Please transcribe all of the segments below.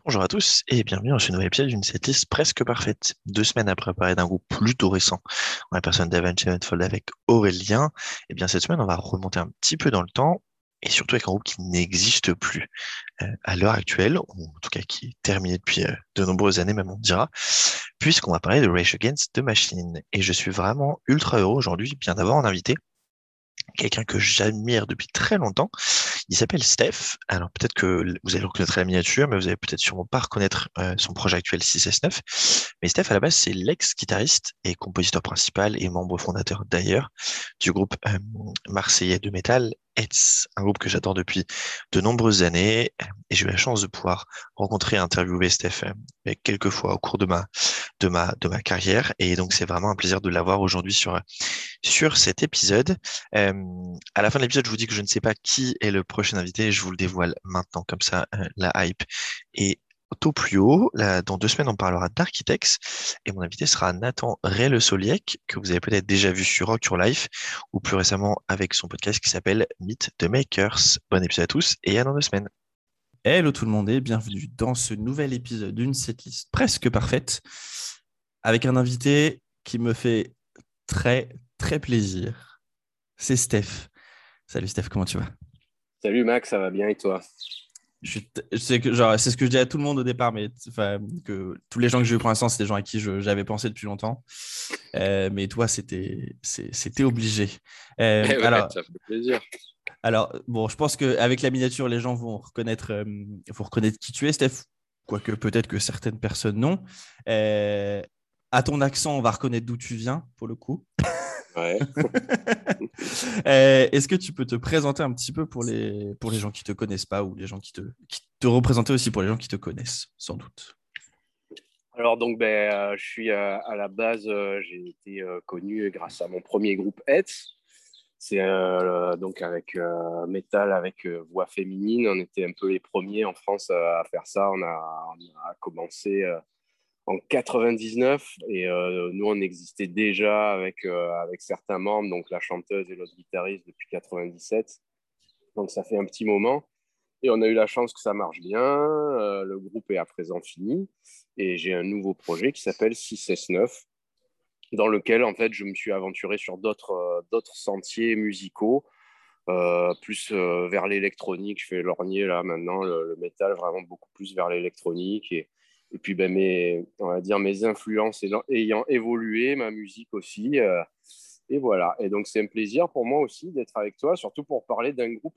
Bonjour à tous et bienvenue dans ce nouvel épisode d'une setlist presque parfaite. 2 semaines après parler d'un groupe plutôt récent, en la personne d'Avenged Sevenfold avec Aurélien, et bien cette semaine on va remonter un petit peu dans le temps et surtout avec un groupe qui n'existe plus à l'heure actuelle, ou en tout cas qui est terminé depuis de nombreuses années même on dira, puisqu'on va parler de Rage Against the Machine. Et je suis vraiment ultra heureux aujourd'hui bien d'avoir un invité, quelqu'un que j'admire depuis très longtemps. Il s'appelle Steph. Alors peut-être que vous allez le reconnaître à la miniature, mais vous allez peut-être sûrement pas reconnaître son projet actuel 6S9. Mais Steph, à la base, c'est l'ex-guitariste et compositeur principal et membre fondateur d'ailleurs du groupe marseillais de métal Hetz, un groupe que j'adore depuis de nombreuses années. Et j'ai eu la chance de pouvoir rencontrer et interviewer Steph quelques fois au cours de ma carrière. Et donc, c'est vraiment un plaisir de l'avoir aujourd'hui sur cet épisode. Euh, à la fin de l'épisode, je vous dis que je ne sais pas qui est le prochain invité. Je vous le dévoile maintenant, comme ça, la hype est au plus haut. Là, dans 2 semaines, on parlera d'Architects et mon invité sera Nathan Ray-Le-Soliec, que vous avez peut-être déjà vu sur Rock Your Life ou plus récemment avec son podcast qui s'appelle Meet the Makers. Bon épisode à tous et à dans 2 semaines. Hello tout le monde et bienvenue dans ce nouvel épisode d'une setlist presque parfaite avec un invité qui me fait très très plaisir. C'est Steph. Salut Steph, comment tu vas? Salut Max, ça va bien et toi? Je sais que genre, c'est ce que je dis à tout le monde au départ, mais enfin, que tous les gens que j'ai eu pour l'instant, c'est des gens à qui j'avais pensé depuis longtemps. Mais toi, c'était obligé. Eh ouais, Alors, ça fait plaisir. bon, je pense qu'avec la miniature, les gens vont reconnaître qui tu es, Steph. Quoique peut-être que certaines personnes non. Euh, à ton accent, on va reconnaître d'où tu viens, pour le coup. Ouais. Est-ce que tu peux te présenter un petit peu pour les gens qui ne te connaissent pas ou les gens qui te représenter aussi pour les gens qui te connaissent, sans doute. Alors donc je suis à la base, j'ai été connu grâce à mon premier groupe Hetz. C'est donc avec métal avec voix féminine. On était un peu les premiers en France à faire ça. On a commencé en 99 et nous on existait déjà avec certains membres, donc la chanteuse et l'autre guitariste depuis 97. Donc ça fait un petit moment. Et on a eu la chance que ça marche bien. Le groupe est à présent fini. Et j'ai un nouveau projet qui s'appelle 6S9, dans lequel, en fait, je me suis aventuré sur d'autres sentiers musicaux, plus vers l'électronique. Je fais lorgner, là, maintenant, le métal, vraiment beaucoup plus vers l'électronique. Et puis, on va dire, mes influences ayant évolué, ma musique aussi. Et voilà. Et donc, c'est un plaisir pour moi aussi d'être avec toi, surtout pour parler d'un groupe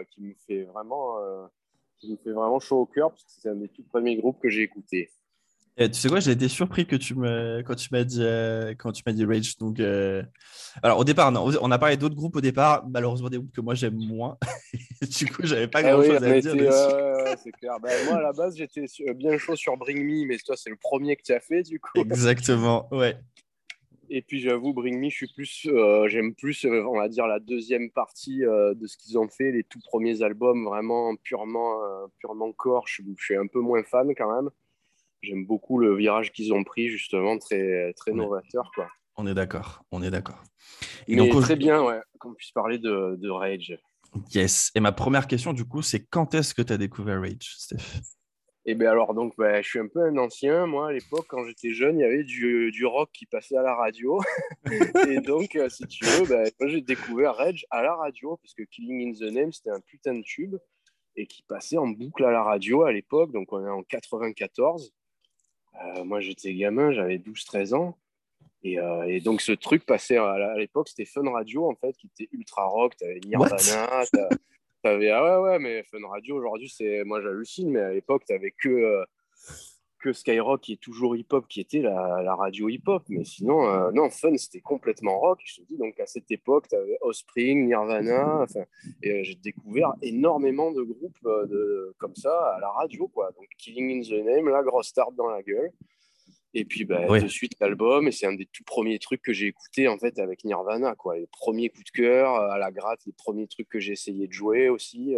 qui me fait vraiment chaud au cœur, parce que c'est un des tout premiers groupes que j'ai écouté. Et tu sais quoi, j'ai été surpris que quand tu m'as dit Rage. Donc, alors au départ, non, on a parlé d'autres groupes au départ, malheureusement des groupes que moi j'aime moins. Du coup, j'avais pas Eh oui, grand-chose on à dire était, dessus. ouais, c'est clair. Ben, moi, à la base, j'étais bien chaud sur Bring Me, mais toi, c'est le premier que tu as fait, du coup. Exactement, ouais. Et puis, j'avoue, Bring Me, j'aime plus, on va dire, la deuxième partie de ce qu'ils ont fait, les tout premiers albums, vraiment purement core. Je suis un peu moins fan quand même. J'aime beaucoup le virage qu'ils ont pris, justement, très, très On est, novateur, quoi. on est d'accord, on est d'accord. Et donc, Mais très bien, ouais, qu'on puisse parler de Rage. yes. Et ma première question, du coup, c'est quand est-ce que tu as découvert Rage, Steph? Et bien alors, donc, je suis un peu un ancien. Moi, à l'époque, quand j'étais jeune, il y avait du rock qui passait à la radio. Et donc, si tu veux, moi, j'ai découvert Rage à la radio, parce que Killing in the Name, c'était un putain de tube, et qui passait en boucle à la radio à l'époque. Donc, on est en 94. Moi, j'étais gamin, j'avais 12 13 ans. Et donc, ce truc passait à l'époque, c'était Fun Radio, en fait, qui était ultra rock. T'avais What? Nirvana, t'avais, ah ouais, ouais, mais Fun Radio, aujourd'hui, moi, j'hallucine, mais à l'époque, t'avais que Skyrock, qui est toujours hip-hop, qui était la radio hip-hop. Mais sinon, non, Fun, c'était complètement rock. Je te dis, donc, à cette époque, t'avais Offspring, Nirvana, enfin, et j'ai découvert énormément de groupes comme ça à la radio, quoi. Donc, Killing in the Name, la grosse start dans la gueule. Et puis Ouais. de suite l'album, et c'est un des tout premiers trucs que j'ai écouté en fait avec Nirvana, quoi. Les premiers coups de cœur à la gratte, les premiers trucs que j'ai essayé de jouer aussi.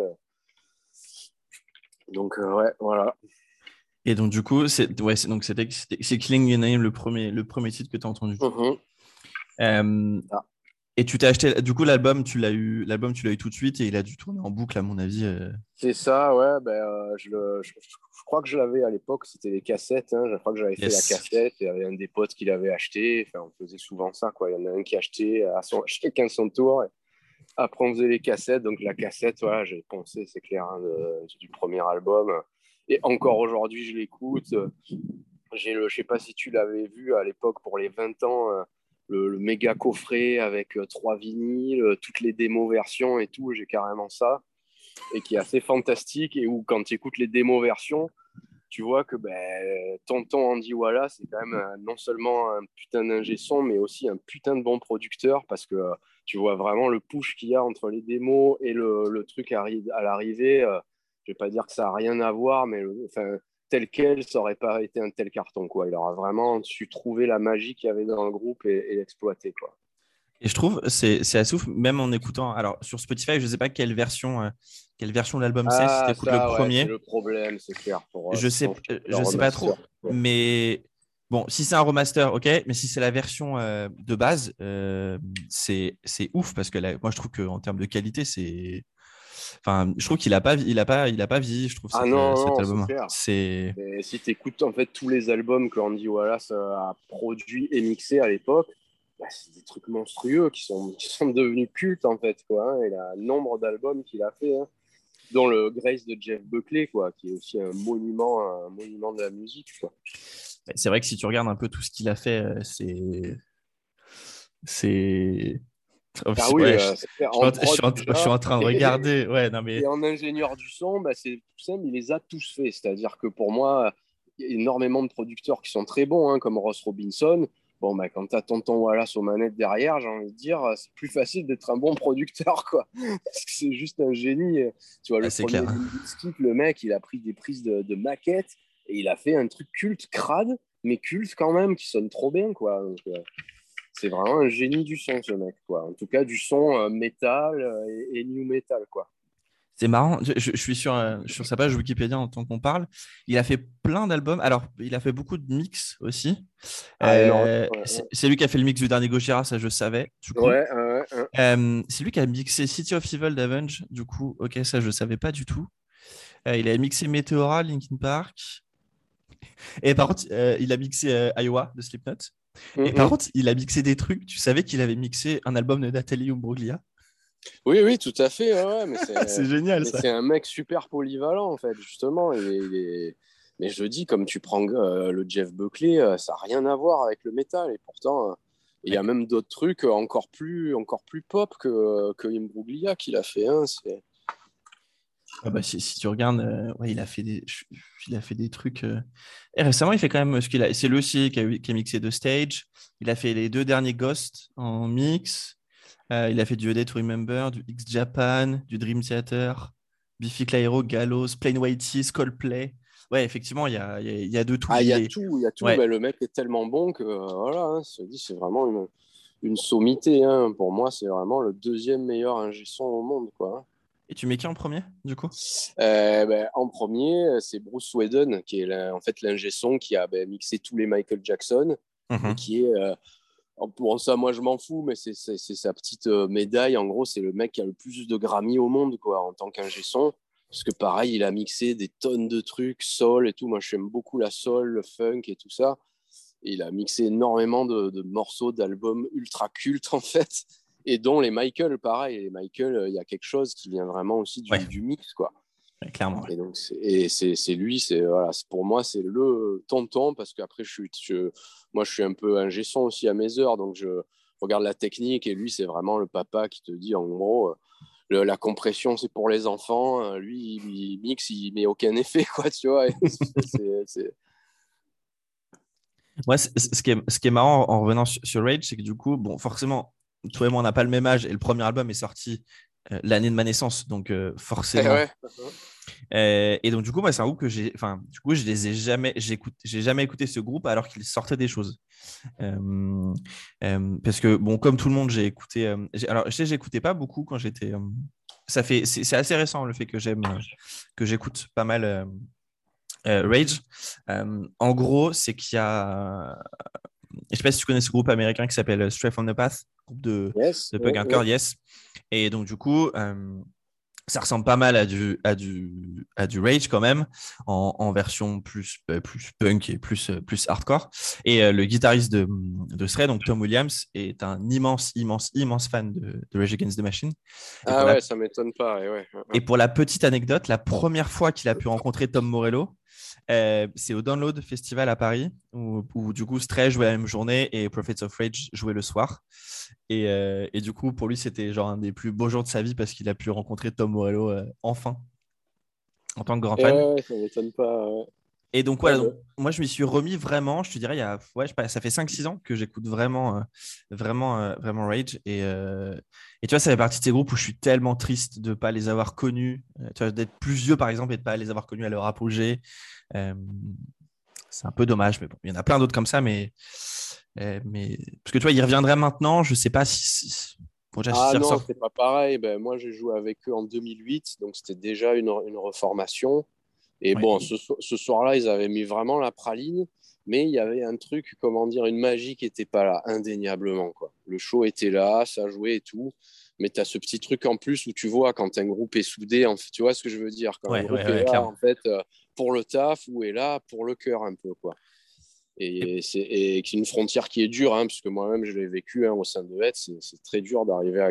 Donc ouais, voilà. Et donc, du coup, c'est Killing Your Name, le premier titre que tu as entendu. Mhm. Euh, Ah. Et tu t'es acheté, du coup, l'album, tu l'as eu tout de suite et il a dû tourner en boucle, à mon avis. C'est ça, ouais. Je crois que je l'avais à l'époque, c'était les cassettes. Hein. Je crois que j'avais fait la Yes. cassette. Il y avait un des potes qui l'avait acheté. Enfin, on faisait souvent ça, quoi. Il y en a un qui achetait chacun son tour. Et après, on faisait les cassettes. Donc, la cassette, voilà, j'ai poncé, c'est clair, hein, du premier album. Et encore aujourd'hui, je l'écoute. Je sais pas si tu l'avais vu à l'époque pour les 20 ans, le méga coffret avec 3 vinyles, toutes les démos versions et tout. J'ai carrément ça et qui est assez fantastique et où quand tu écoutes les démos versions, tu vois que tonton Andy Wallace c'est quand même non seulement un putain d'ingé son, mais aussi un putain de bon producteur parce que tu vois vraiment le push qu'il y a entre les démos et le truc à l'arrivée. Je vais pas dire que ça a rien à voir, mais enfin, tel quel, ça aurait pas été un tel carton, quoi. Il aura vraiment su trouver la magie qu'il y avait dans le groupe et l'exploiter, quoi. Et je trouve, c'est assez ouf, même en écoutant. Alors, sur Spotify, je ne sais pas quelle version de l'album c'est. Si tu Ah, écoutes le ça, ouais, c'est premier, le problème, c'est clair, pour je sais, le je sais pas trop. remaster, quoi. Mais bon, si c'est un remaster, ok. Mais si c'est la version de base, c'est ouf parce que moi, je trouve qu'en termes de qualité, c'est. Enfin, je trouve il a pas vieilli, je trouve, Ah non, cet non, c'est album. clair. C'est. Et si tu écoutes en fait tous les albums que Andy Wallace a produits et mixés à l'époque, c'est des trucs monstrueux qui sont devenus cultes en fait, quoi. Hein. Il a un nombre d'albums qu'il a fait, hein, dont le Grace de Jeff Buckley, quoi, qui est aussi un monument de la musique, quoi. C'est vrai que si tu regardes un peu tout ce qu'il a fait, c'est. Ah oui, Ouais, c'est clair. En prod je suis déjà. en train de regarder. Ouais, non, mais Et en ingénieur du son, c'est tout simple, il les a tous faits. C'est-à-dire que pour moi, il y a énormément de producteurs qui sont très bons, hein, comme Ross Robinson. Bon, quand tu as tonton Wallace aux manettes derrière, j'ai envie de dire, c'est plus facile d'être un bon producteur, quoi. Parce que c'est juste un génie. Tu vois, le c'est premier clair. Limp Bizkit, le mec, il a pris des prises de maquettes et il a fait un truc culte, crade, mais culte quand même, qui sonne trop bien, quoi. Donc, c'est vraiment un génie du son, ce mec, quoi. En tout cas, du son métal et new metal, quoi. C'est marrant, je suis sur sa page Wikipédia en tant qu'on parle. Il a fait plein d'albums. Alors, il a fait beaucoup de mix aussi. Ah, énorme. Ouais, C'est lui qui a fait le mix du dernier Gojira, ça je savais, du coup. ouais, ouais, ouais. C'est lui qui a mixé City of Evil d'Avenge, du coup. Ok, ça je savais pas du tout. Il a mixé Meteora, Linkin Park. Et par contre, il a mixé Iowa de Slipknot. Et par Mhm. contre, il a mixé des trucs. Tu savais qu'il avait mixé un album de Nathalie Imbruglia? Oui, oui, tout à fait. Ouais, ouais, C'est génial mais ça. c'est un mec super polyvalent, en fait, justement. Mais je dis, comme tu prends le Jeff Buckley, ça n'a rien à voir avec le métal. Et pourtant, il y Ouais. a même d'autres trucs encore plus pop que Imbruglia qu'il a fait. Hein, Ah bah, si tu regardes, ouais, il a fait des trucs. Et récemment, il fait quand même ce qu'il a. C'est lui aussi qui a mixé The Stage. Il a fait les deux derniers Ghost en mix. Il a fait du A Day to Remember, du X Japan, du Dream Theater, Biffy Clyro, Gallows, Plain White T's, Coldplay. Ouais, effectivement, il y a de tout. Ah, il y Il a est. tout, il y a tout. Ouais. Mais le mec est tellement bon que, voilà, hein, c'est vraiment une sommité. Hein. Pour moi, c'est vraiment le deuxième meilleur ingé son au monde, quoi. Hein. Et tu mets qui en premier, du coup? En premier, c'est Bruce Whedon, qui est en fait l'ingé son qui a mixé tous les Michael Jackson et Mhm. qui est. Bon, ça, moi, je m'en fous, mais c'est sa petite médaille. En gros, c'est le mec qui a le plus de Grammy au monde, quoi, en tant qu'ingé son. Parce que pareil, il a mixé des tonnes de trucs, soul et tout. Moi, j'aime beaucoup la soul, le funk et tout ça. Et il a mixé énormément de morceaux, d'albums ultra cultes, en fait. Et dont les Michael, pareil. Les Michael, il y a quelque chose qui vient vraiment aussi Ouais, du mix, quoi. ouais, clairement. Ouais. Et donc, c'est lui, voilà, pour moi, c'est le tonton, parce qu'après, moi, je suis un peu ingé son aussi à mes heures, donc je regarde la technique, et lui, c'est vraiment le papa qui te dit, en gros, la compression, c'est pour les enfants, lui, il mixe, il met aucun effet, quoi, tu vois. Ouais, ce qui est marrant en revenant sur Rage, c'est que du coup, bon, forcément, toi et moi, on n'a pas le même âge et le premier album est sorti l'année de ma naissance, donc forcément. Ouais. Et donc, du coup, moi, c'est un groupe que enfin, du coup, je les ai jamais, j'ai jamais écouté ce groupe alors qu'il sortait des choses. Euh, Parce que, bon, comme tout le monde, j'ai écouté. Alors, je sais, j'écoutais pas beaucoup quand j'étais. C'est assez récent le fait que que j'écoute pas mal Rage. En gros, c'est qu'il y a je sais pas si tu connais ce groupe américain qui s'appelle Stray from the Path, groupe Yes, de punk hardcore, yes. Et donc, du coup, ça ressemble pas mal à du Rage quand même, en version plus punk et plus hardcore. Et le guitariste de Stray, donc Tom Williams, est un immense fan de Rage Against the Machine. Et pour Ah ouais, ça m'étonne pas. et pour la petite anecdote, la première fois qu'il a pu rencontrer Tom Morello, c'est au Download Festival à Paris, où du coup Stray jouait la même journée et Prophets of Rage jouait le soir. Et du coup, pour lui, c'était genre un des plus beaux jours de sa vie parce qu'il a pu rencontrer Tom Morello enfin, en tant que grand Et fan. ouais, ça m'étonne pas. Et donc, Ah voilà, bah. donc, moi, je m'y suis remis vraiment, je te dirais, ouais, je sais pas, ça fait 5-6 ans que j'écoute vraiment Rage. Et tu vois, ça fait partie de ces groupes où je suis tellement triste de ne pas les avoir connus, tu vois, d'être plus vieux, par exemple, et de ne pas les avoir connus à leur apogée. Euh, c'est un peu dommage, mais bon, il y en a plein d'autres comme ça, mais parce que tu vois, ils reviendraient maintenant, je sais pas bon, déjà, Ah s'ils non, ressortent. c'est pas pareil. Ben, moi, j'ai joué avec eux en 2008, donc c'était déjà une reformation. Et Ouais. bon, ce soir-là, ils avaient mis vraiment la praline, mais il y avait un truc, comment dire, une magie qui n'était pas là, indéniablement, quoi. Le show était là, ça jouait et tout, mais tu as ce petit truc en plus où tu vois quand un groupe est soudé, en fait, tu vois ce que je veux dire, quand un Ouais, groupe ouais, est ouais, là, clairement. en fait, pour le taf ou est là pour le cœur un peu, quoi. Et c'est une frontière qui est dure, hein, puisque moi-même je l'ai vécu au sein de Hetz, c'est très dur d'arriver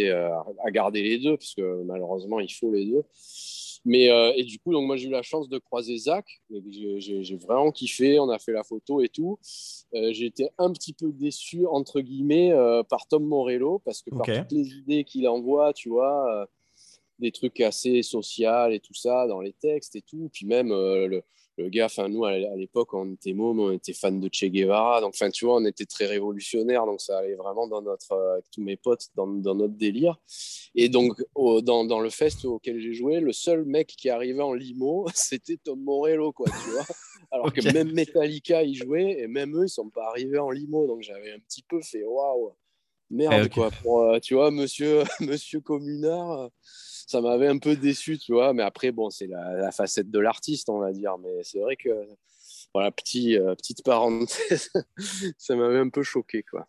à garder les deux, parce que malheureusement il faut les deux. Mais et du coup, donc moi j'ai eu la chance de croiser Zach, j'ai vraiment kiffé, on a fait la photo et tout. J'ai été un petit peu déçu entre guillemets par Tom Morello, parce que Ok. par toutes les idées qu'il envoie, tu vois. Des trucs assez sociaux et tout ça dans les textes et tout. Puis même le gars, enfin nous à l'époque on était mômes, on était fans de Che Guevara, donc enfin tu vois on était très révolutionnaires, donc ça allait vraiment dans notre avec tous mes potes dans notre délire. Et donc dans le fest auquel j'ai joué, le seul mec qui arrivait en limo, c'était Tom Morello quoi, tu vois. Alors que Ok. même Metallica y jouait et même eux ils sont pas arrivés en limo, donc j'avais un petit peu fait waouh. Ouais, Merde ok. quoi pour tu vois monsieur Communard, ça m'avait un peu déçu, tu vois. Mais après, bon, c'est la facette de l'artiste, on va dire. Mais c'est vrai que, voilà, petite parenthèse, ça m'avait un peu choqué, quoi.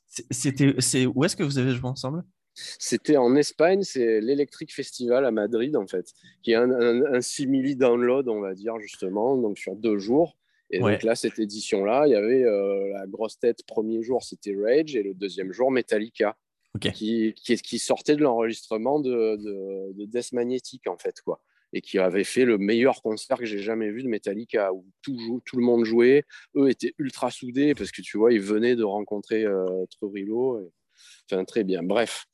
Où est-ce que vous avez joué ensemble? C'était en Espagne, c'est l'Electric Festival à Madrid, en fait, qui est un simili-download, on va dire, justement, donc sur 2 jours. Et donc Ouais. là, cette édition-là, il y avait la grosse tête, premier jour, c'était Rage, et le deuxième jour, Metallica, Ok. qui sortait de l'enregistrement de Death Magnetic, en fait, quoi. Et qui avait fait le meilleur concert que j'ai jamais vu de Metallica, où tout le monde jouait. Eux étaient ultra soudés, parce que tu vois, ils venaient de rencontrer Trujillo. Enfin, très bien. Bref,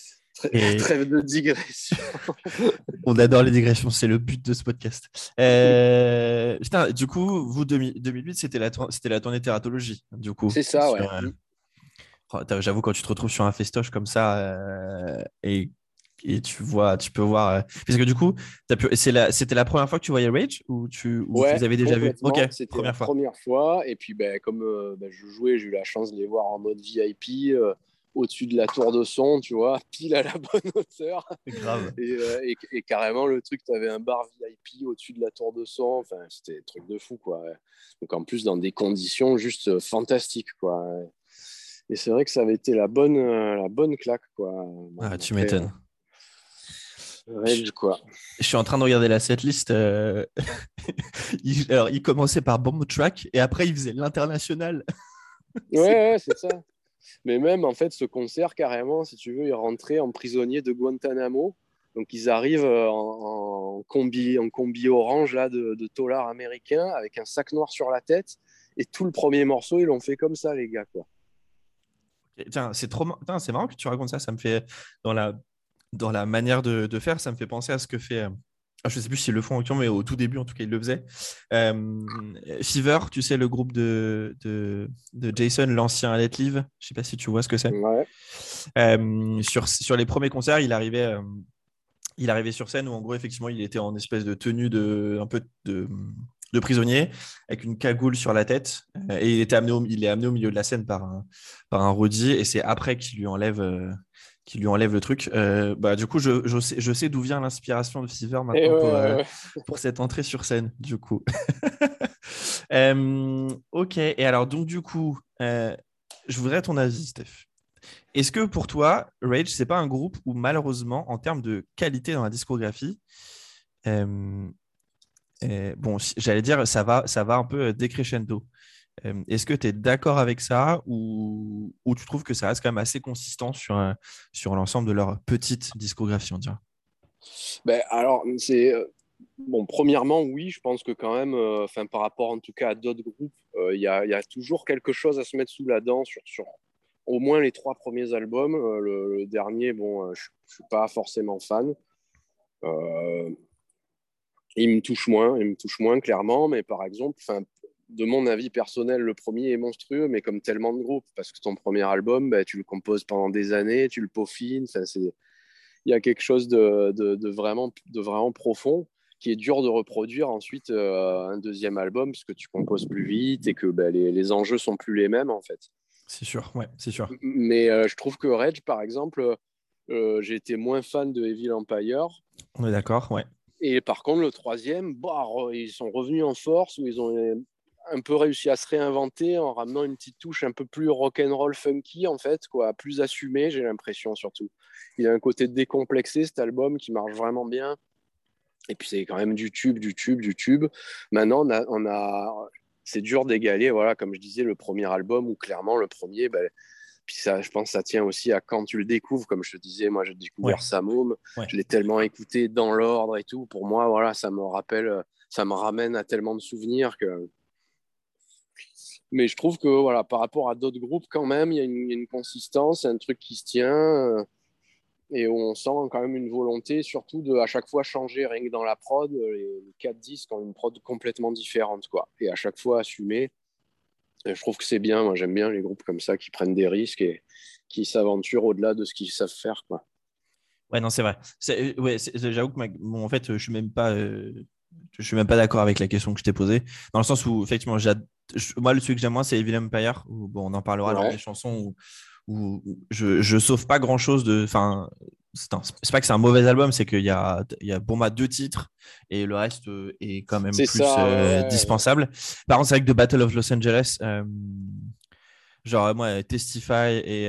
Et trêve de digression. on adore les digressions, c'est le but de ce podcast. Putain, du coup, vous, 2008, c'était la tournée Tératologie, du coup. C'est ça, ouais. Oh, j'avoue, quand tu te retrouves sur un festoche comme ça, et tu peux voir. Parce que du coup, c'était la première fois que tu voyais Rage ou tu Ouais, les avais déjà vus? Ok, complètement. C'était la première fois. première fois. Et puis, ben, comme je jouais, j'ai eu la chance de les voir en mode VIP au-dessus de la tour de son, tu vois, pile à la bonne hauteur. Grave. Et carrément, le truc, tu avais un bar VIP au-dessus de la tour de son. Enfin, c'était un truc de fou, quoi. Ouais. Donc, en plus, dans des conditions juste fantastiques, quoi. Et c'est vrai que ça avait été la bonne claque, quoi. Ah, Bon, tu après, m'étonnes. Je, Rage, quoi. je suis en train de regarder la setlist. Alors, il commençait par Bomb Track et après, il faisait l'international. Ouais, ouais, c'est ça. Mais même, en fait, ce concert, carrément, si tu veux, ils rentraient en prisonnier de Guantanamo. Donc, ils arrivent en combi orange là, de taulards américains avec un sac noir sur la tête. Et tout le premier morceau, ils l'ont fait comme ça, les gars, quoi. Tiens, Tiens, c'est marrant que tu racontes ça. Ça me fait, dans dans la manière de faire, ça me fait penser à ce que fait. Je ne sais plus s'ils le font actuellement, mais au tout début, en tout cas, ils le faisaient. Fever, tu sais, le groupe de Jason, l'ancien Let Live. Je ne sais pas si tu vois ce que c'est. Ouais. Sur les premiers concerts, il arrivait sur scène où, en gros, effectivement, il était en espèce de tenue un peu de prisonnier, avec une cagoule sur la tête. Et il est amené au milieu de la scène par un roadie. Et c'est après qu'il lui enlève le truc. Bah, du coup, je sais d'où vient l'inspiration de Fever Et maintenant ouais, ouais. pour cette entrée sur scène, du coup. Ok. Et alors, donc, du coup, je voudrais ton avis, Steph. Est-ce que pour toi, Rage, c'est pas un groupe où malheureusement, en termes de qualité dans la discographie, euh, bon, j'allais dire, ça va un peu décrescendo. Est-ce que tu es d'accord avec ça ou tu trouves que ça reste quand même assez consistant sur l'ensemble de leur petite discographie, on dirait? Ben, alors, c'est bon. Premièrement, oui, je pense que quand même, enfin, par rapport en tout cas à d'autres groupes, il y a toujours quelque chose à se mettre sous la dent sur au moins les trois premiers albums. Le dernier, bon, je suis pas forcément fan. Euh, il me touche moins clairement, mais par exemple, enfin, de mon avis personnel, le premier est monstrueux, mais comme tellement de groupes, parce que ton premier album, ben, tu le composes pendant des années, tu le peaufines, enfin, il y a quelque chose de vraiment profond qui est dur de reproduire ensuite un deuxième album parce que tu composes plus vite et que ben, les enjeux sont plus les mêmes en fait. C'est sûr, ouais, c'est sûr. Mais je trouve que Rage, par exemple, j'ai été moins fan de Evil Empire. On est d'accord, ouais. Et par contre, le troisième, bah, ils sont revenus en force, où ils ont un peu réussi à se réinventer en ramenant une petite touche un peu plus rock'n'roll funky, en fait, quoi, plus assumée, j'ai l'impression, surtout. Il y a un côté décomplexé, cet album, qui marche vraiment bien. Et puis, c'est quand même du tube, du tube, du tube. Maintenant, c'est dur d'égaler, voilà, comme je disais, le premier album, où clairement, le premier, ben, puis ça, je pense que ça tient aussi à quand tu le découvres. Comme je te disais, moi, j'ai Ouais, découvert Samôme. ouais. Je l'ai tellement écouté dans l'ordre et tout. Pour moi, voilà, ça me rappelle, ça me ramène à tellement de souvenirs que. Mais je trouve que, voilà, par rapport à d'autres groupes, quand même, il y a une consistance, un truc qui se tient. Et où on sent quand même une volonté, surtout de à chaque fois changer, rien que dans la prod. Les 4 disques ont une prod complètement différente, quoi. Et à chaque fois assumer. Et je trouve que c'est bien. Moi, j'aime bien les groupes comme ça qui prennent des risques et qui s'aventurent au-delà de ce qu'ils savent faire, quoi. Ouais, non, c'est vrai. Ouais, j'avoue que en fait, je suis même pas d'accord avec la question que je t'ai posée. Dans le sens où, effectivement, moi, le celui que j'aime moins, c'est Evil Empire. Où, bon, on en parlera lors des Ouais. chansons où je sauve pas grand-chose de. Enfin, c'est pas que c'est un mauvais album, c'est qu'il y a pour moi deux titres et le reste est quand même C'est plus ça, ouais. dispensable. Par contre, c'est vrai que The Battle of Los Angeles. Genre, moi, Testify et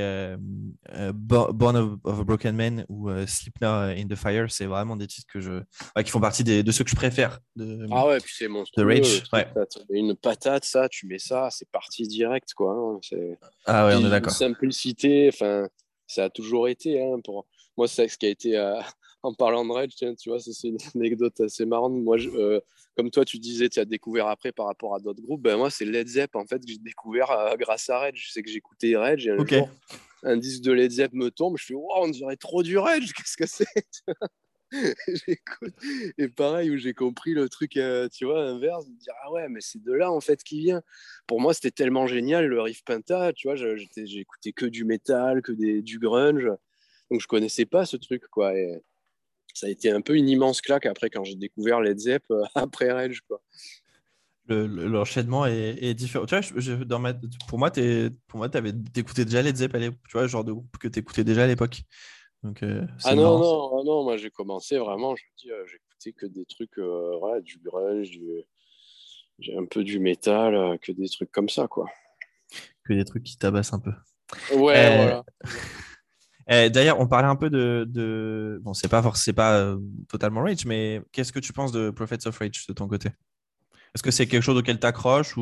Born of a Broken Man ou Sleep Now in the Fire, c'est vraiment des titres qui font partie de ceux que je préfère Ah ouais, puis c'est de monstrueux, le Rage. truc. Ouais. T'as une patate, ça, tu mets ça, c'est parti direct, quoi, hein. Ah ouais, on est Puis une d'accord. simplicité, enfin, ça a toujours été, hein, pour. Moi, c'est ce qui a été, en parlant de Rage, tiens, tu vois, ça, c'est une anecdote assez marrante. Moi, comme toi, tu disais, tu as découvert après par rapport à d'autres groupes, ben moi, c'est Led Zepp, en fait, que j'ai découvert grâce à Rage. Je sais que j'écoutais Rage et un Ok. jour, un disque de Led Zepp me tombe, je fais, wow, on dirait trop du Rage, qu'est-ce que c'est? J'écoute. Et pareil, où j'ai compris le truc, tu vois, inverse, de dire, ah ouais, mais c'est de là, en fait, qui vient. Pour moi, c'était tellement génial, le riff Pinta, tu vois, j'écoutais que du métal, du grunge, donc je connaissais pas ce truc, quoi. Et ça a été un peu une immense claque après, quand j'ai découvert Led Zepp, après Rage, quoi. L'enchaînement est différent. Tu vois, pour moi, t'écoutais déjà Led Zepp à l'époque, tu vois, le genre de groupe que t'écoutais déjà à l'époque. Donc, c'est Ah non, marrant. non, ah non, moi j'ai commencé vraiment, je me dis, j'écoutais que des trucs, ouais, du grunge, j'ai un peu du métal, que des trucs comme ça, quoi. Que des trucs qui tabassent un peu. Ouais, Euh, voilà. D'ailleurs, on parlait un peu bon, c'est pas totalement Rage, mais qu'est-ce que tu penses de Prophets of Rage de ton côté? Est-ce que c'est quelque chose auquel tu accroches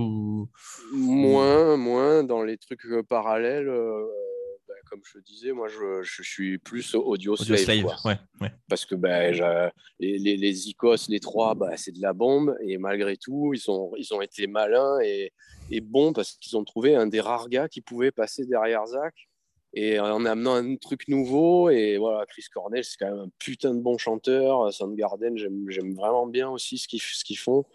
ou Moins dans les trucs parallèles. Ben, comme je te disais, moi, je suis plus audio Audio slave, Slave? quoi. Ouais, ouais. Parce que ben, les Icos, les trois, bah, c'est de la bombe. Et malgré tout, ils ont été malins et bons parce qu'ils ont trouvé un des rares gars qui pouvait passer derrière Zach. Et en amenant un truc nouveau. Et voilà, Chris Cornell, c'est quand même un putain de bon chanteur. Soundgarden, j'aime vraiment bien aussi ce qu'ils font.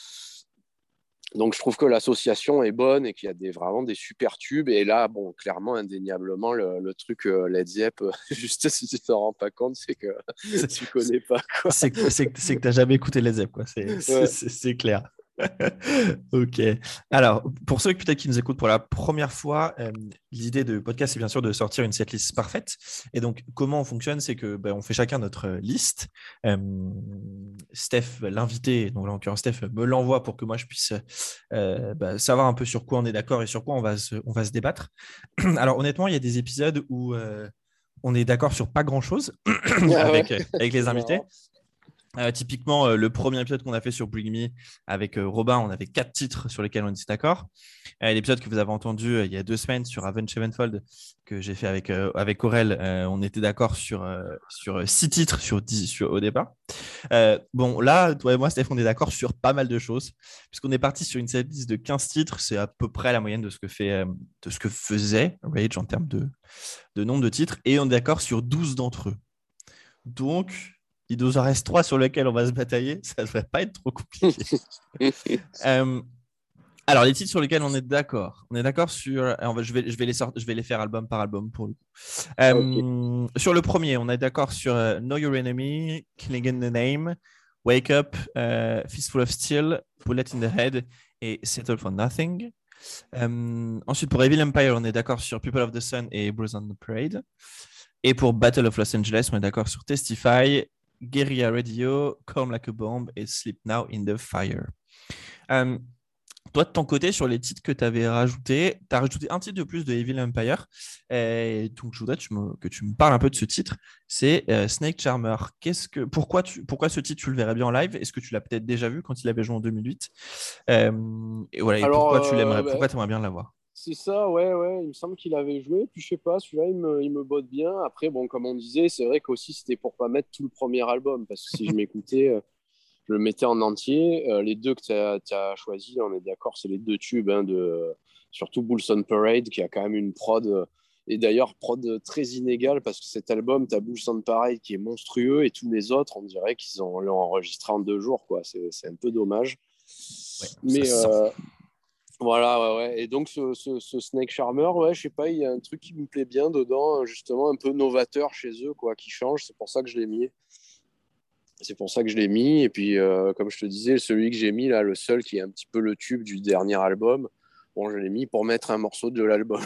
Donc je trouve que l'association est bonne et qu'il y a vraiment des super tubes. Et là, bon, clairement, indéniablement, le truc Led Zepp, juste si tu t'en rends pas compte, c'est que C'est tu connais pas, quoi. c'est que t'as jamais écouté les Zepp, quoi. Ouais. C'est clair. Ok. Alors, pour ceux peut-être qui nous écoutent pour la première fois, l'idée de podcast, c'est bien sûr de sortir une setlist parfaite. Et donc, comment on fonctionne, c'est que on fait chacun notre liste. Euh, Steph, l'invité, donc là, en l'occurrence, Steph me l'envoie pour que moi, je puisse savoir un peu sur quoi on est d'accord et sur quoi on va se débattre. Alors, honnêtement, il y a des épisodes où on est d'accord sur pas grand-chose Ah ouais, avec les c'est invités. marrant. Typiquement, le premier épisode qu'on a fait sur Bring Me avec Robin, on avait 4 titres sur lesquels on était d'accord. L'épisode que vous avez entendu il y a 2 semaines sur Avenged Sevenfold que j'ai fait avec Aurel, on était d'accord sur 6 titres au départ. Bon, là, toi et moi, Steph, on est d'accord sur pas mal de choses, puisqu'on est parti sur une setlist de 15 titres. C'est à peu près la moyenne de de ce que faisait Rage en termes de nombre de titres, et on est d'accord sur 12 d'entre eux. Donc, il nous en reste 3 sur lesquels on va se batailler. Ça ne devrait pas être trop compliqué. euh, alors, les titres sur lesquels on est d'accord. On est d'accord sur. Je vais les faire album par album pour le coup. Ok. Sur le premier, on est d'accord sur Know Your Enemy, Killing in the Name, Wake Up, Fistful of Steel, Bullet in the Head et Settle for Nothing. Ensuite, pour Evil Empire, on est d'accord sur People of the Sun et Bruise on the Parade. Et pour Battle of Los Angeles, on est d'accord sur Testify, Guerrilla Radio, Calm Like a Bomb et Sleep Now in the Fire. Toi, de ton côté, sur les titres que tu avais rajoutés, tu as rajouté un titre de plus de Evil Empire. Et donc, je voudrais que tu me parles un peu de ce titre. C'est Snake Charmer. Pourquoi ce titre, tu le verrais bien en live? Est-ce que tu l'as peut-être déjà vu quand il avait joué en 2008? Et voilà, et Alors, pourquoi tu l'aimerais, pourquoi tu aimerais bien l'avoir? c'est ça, ouais, ouais. Il me semble qu'il avait joué. Puis je sais pas, celui-là, il me botte bien. Après, bon, comme on disait, c'est vrai qu'aussi c'était pour pas mettre tout le premier album. Parce que si je m'écoutais, je le mettais en entier. Les deux que tu as choisis, on est d'accord, c'est les deux tubes, hein, surtout Bulls on Parade, qui a quand même une prod. Et d'ailleurs, prod très inégale, parce que cet album, tu as Bulls on Parade qui est monstrueux, et tous les autres, on dirait l'ont enregistré en 2 jours, quoi. C'est un peu dommage. Ouais, ça Mais se sent. voilà, ouais, ouais. Et donc, ce Snake Charmer, ouais, je sais pas, il y a un truc qui me plaît bien dedans, justement, un peu novateur chez eux, quoi, qui change. C'est pour ça que je l'ai mis. C'est pour ça que je l'ai mis. Et puis, comme je te disais, celui que j'ai mis, là, le seul qui est un petit peu le tube du dernier album, bon, je l'ai mis pour mettre un morceau de l'album.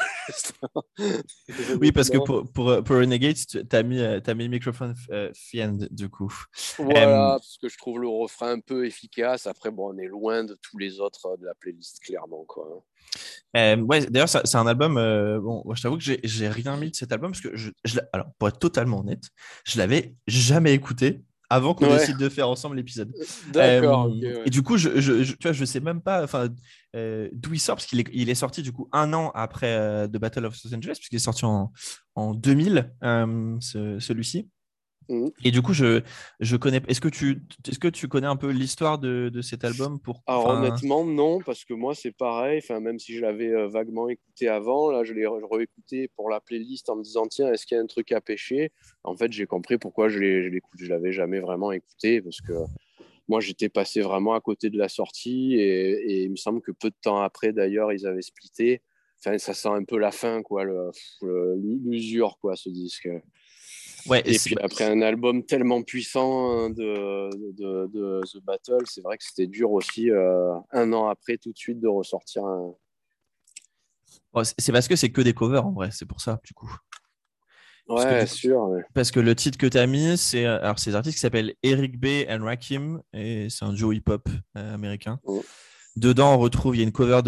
Oui, parce que Honnêtement. pour Renegade, tu as mis Microphone Fiend, du coup. Euh, Voilà, parce que je trouve le refrain un peu efficace. Après, bon, on est loin de tous les autres de la playlist, clairement, quoi. ouais, d'ailleurs, c'est un album. Bon, moi, je t'avoue que j'ai rien mis de cet album parce que alors, pour être totalement honnête, je l'avais jamais écouté avant qu'on Ouais, décide de faire ensemble l'épisode. d'accord, ok, Et ouais. du coup, tu vois, je sais même pas, enfin, d'où il sort parce il est sorti du coup un an après The Battle of Los Angeles puisqu'il est sorti en 2000, celui-ci. Mhm. Et du coup, je connais. Est-ce que tu connais un peu l'histoire de cet album Alors enfin, honnêtement, non, parce que moi c'est pareil, enfin, même si je l'avais vaguement écouté avant, là je l'ai réécouté pour la playlist en me disant tiens, est-ce qu'il y a un truc à pêcher? En fait, j'ai compris pourquoi je l'avais jamais vraiment écouté, parce que moi j'étais passé vraiment à côté de la sortie et il me semble que peu de temps après d'ailleurs ils avaient splitté. Enfin, ça sent un peu la fin, quoi, l'usure, quoi, ce disque. ouais, Et puis après un album tellement puissant, hein, de The Battle, c'est vrai que c'était dur aussi, un an après, tout de suite, de ressortir un. bon, c'est parce que c'est que des covers en vrai, c'est pour ça, du coup. Parce que, Ouais, sûr. Ouais. parce que le titre que tu as mis, c'est un artiste qui s'appelle Eric B. and Rakim, et c'est un duo hip-hop américain. Mm. Dedans, on retrouve, il y a une cover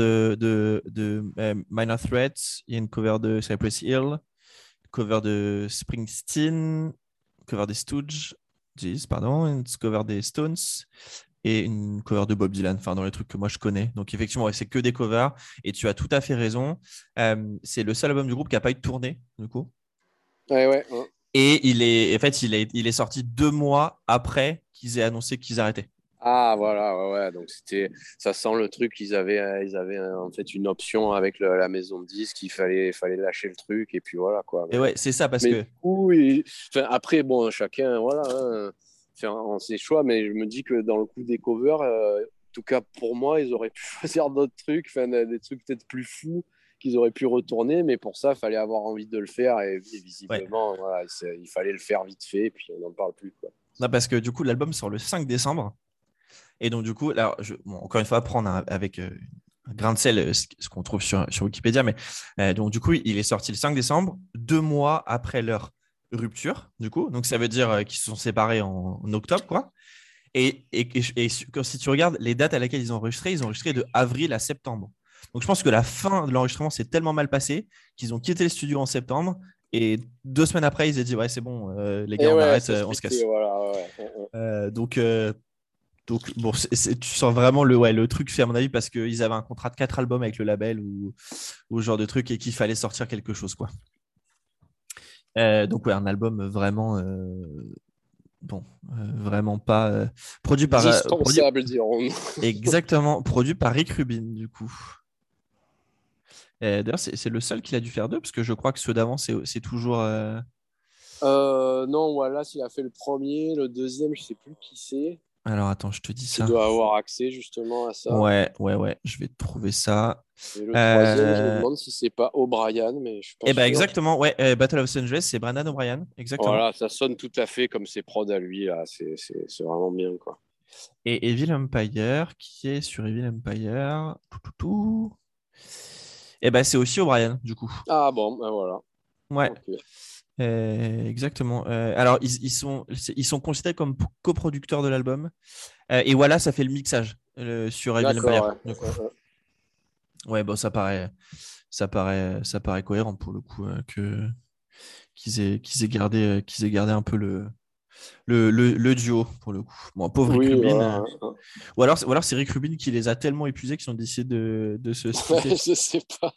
de Minor Threat, il y a une cover de Cypress Hill, cover de Springsteen, cover des Stooges, pardon, une cover des Stones et une cover de Bob Dylan, enfin dans les trucs que moi je connais. Donc effectivement, ouais, c'est que des covers et tu as tout à fait raison. C'est le seul album du groupe qui n'a pas eu de tournée, du coup. Ouais, ouais, ouais. Et en fait, il est sorti 2 mois après qu'ils aient annoncé qu'ils arrêtaient. Ah, voilà, ouais, ouais. Donc ça sent le truc. Ils avaient en fait une option avec la maison de disques. Fallait lâcher le truc et puis voilà, quoi. Et ouais, c'est ça parce Mais du que coup, enfin, après, bon, chacun, voilà, hein, fait ses choix, mais je me dis que dans le coup des covers, en tout cas pour moi, ils auraient pu choisir d'autres trucs, enfin, des trucs peut-être plus fous qu'ils auraient pu retourner, mais pour ça, il fallait avoir envie de le faire et ouais. visiblement, voilà, il fallait le faire vite fait et puis on n'en parle plus, quoi. Non, parce que du coup, l'album sort le 5 décembre. Et donc, du coup, alors, encore une fois, prendre avec un grain de sel ce qu'on trouve sur Wikipédia, mais donc, du coup, il est sorti le 5 décembre, 2 mois après leur rupture, du coup. Donc, ça veut dire qu'ils se sont séparés en octobre, quoi. Et si tu regardes les dates à laquelle ils ont enregistré de avril à septembre. Donc, je pense que la fin de l'enregistrement s'est tellement mal passé qu'ils ont quitté le studio en septembre. Et 2 semaines après, ils ont dit, ouais, c'est bon, les Et gars, on ouais, arrête, ça se on se fait, casse. voilà, ouais. Donc bon, tu sens vraiment le truc fait, à mon avis, parce qu'ils avaient un contrat de 4 albums avec le label ou ce genre de truc et qu'il fallait sortir quelque chose, quoi. Donc, ouais, un album vraiment, bon, vraiment pas produit par, Dispensable, dirons-nous. exactement, produit par Rick Rubin, du coup. D'ailleurs, c'est le seul qu'il a dû faire deux, parce que je crois que ceux d'avant, c'est toujours. Non, voilà, s'il a fait le premier, le deuxième, je sais plus qui c'est. Alors, attends, je te dis Tu ça. dois avoir accès justement à ça. Ouais, je vais trouver ça. Et le troisième, je me Euh, demande si c'est pas O'Brien, mais je suis pas Eh ben sûr. exactement, ouais, Battle of Los Angeles, c'est Brandon O'Brien, exactement. Voilà, ça sonne tout à fait comme ses prods à lui, là. C'est vraiment bien, quoi. Et Evil Empire, qui est sur Evil Empire. Tout. Eh ben c'est aussi O'Brien, du coup. Ah bon, ben voilà. Ouais, Ok. exactement. Alors, ils sont considérés comme coproducteurs de l'album. Et voilà, ça fait le mixage sur Evil D'accord, Empire, ouais. du coup. Ouais, bon, ça paraît cohérent pour le coup qu'ils aient gardé un peu le duo pour le coup. Bon, pauvre Rick Oui, Rubin. voilà. Ou alors c'est Rick Rubin qui les a tellement épuisés qu'ils ont décidé de se splitter. Je sais pas.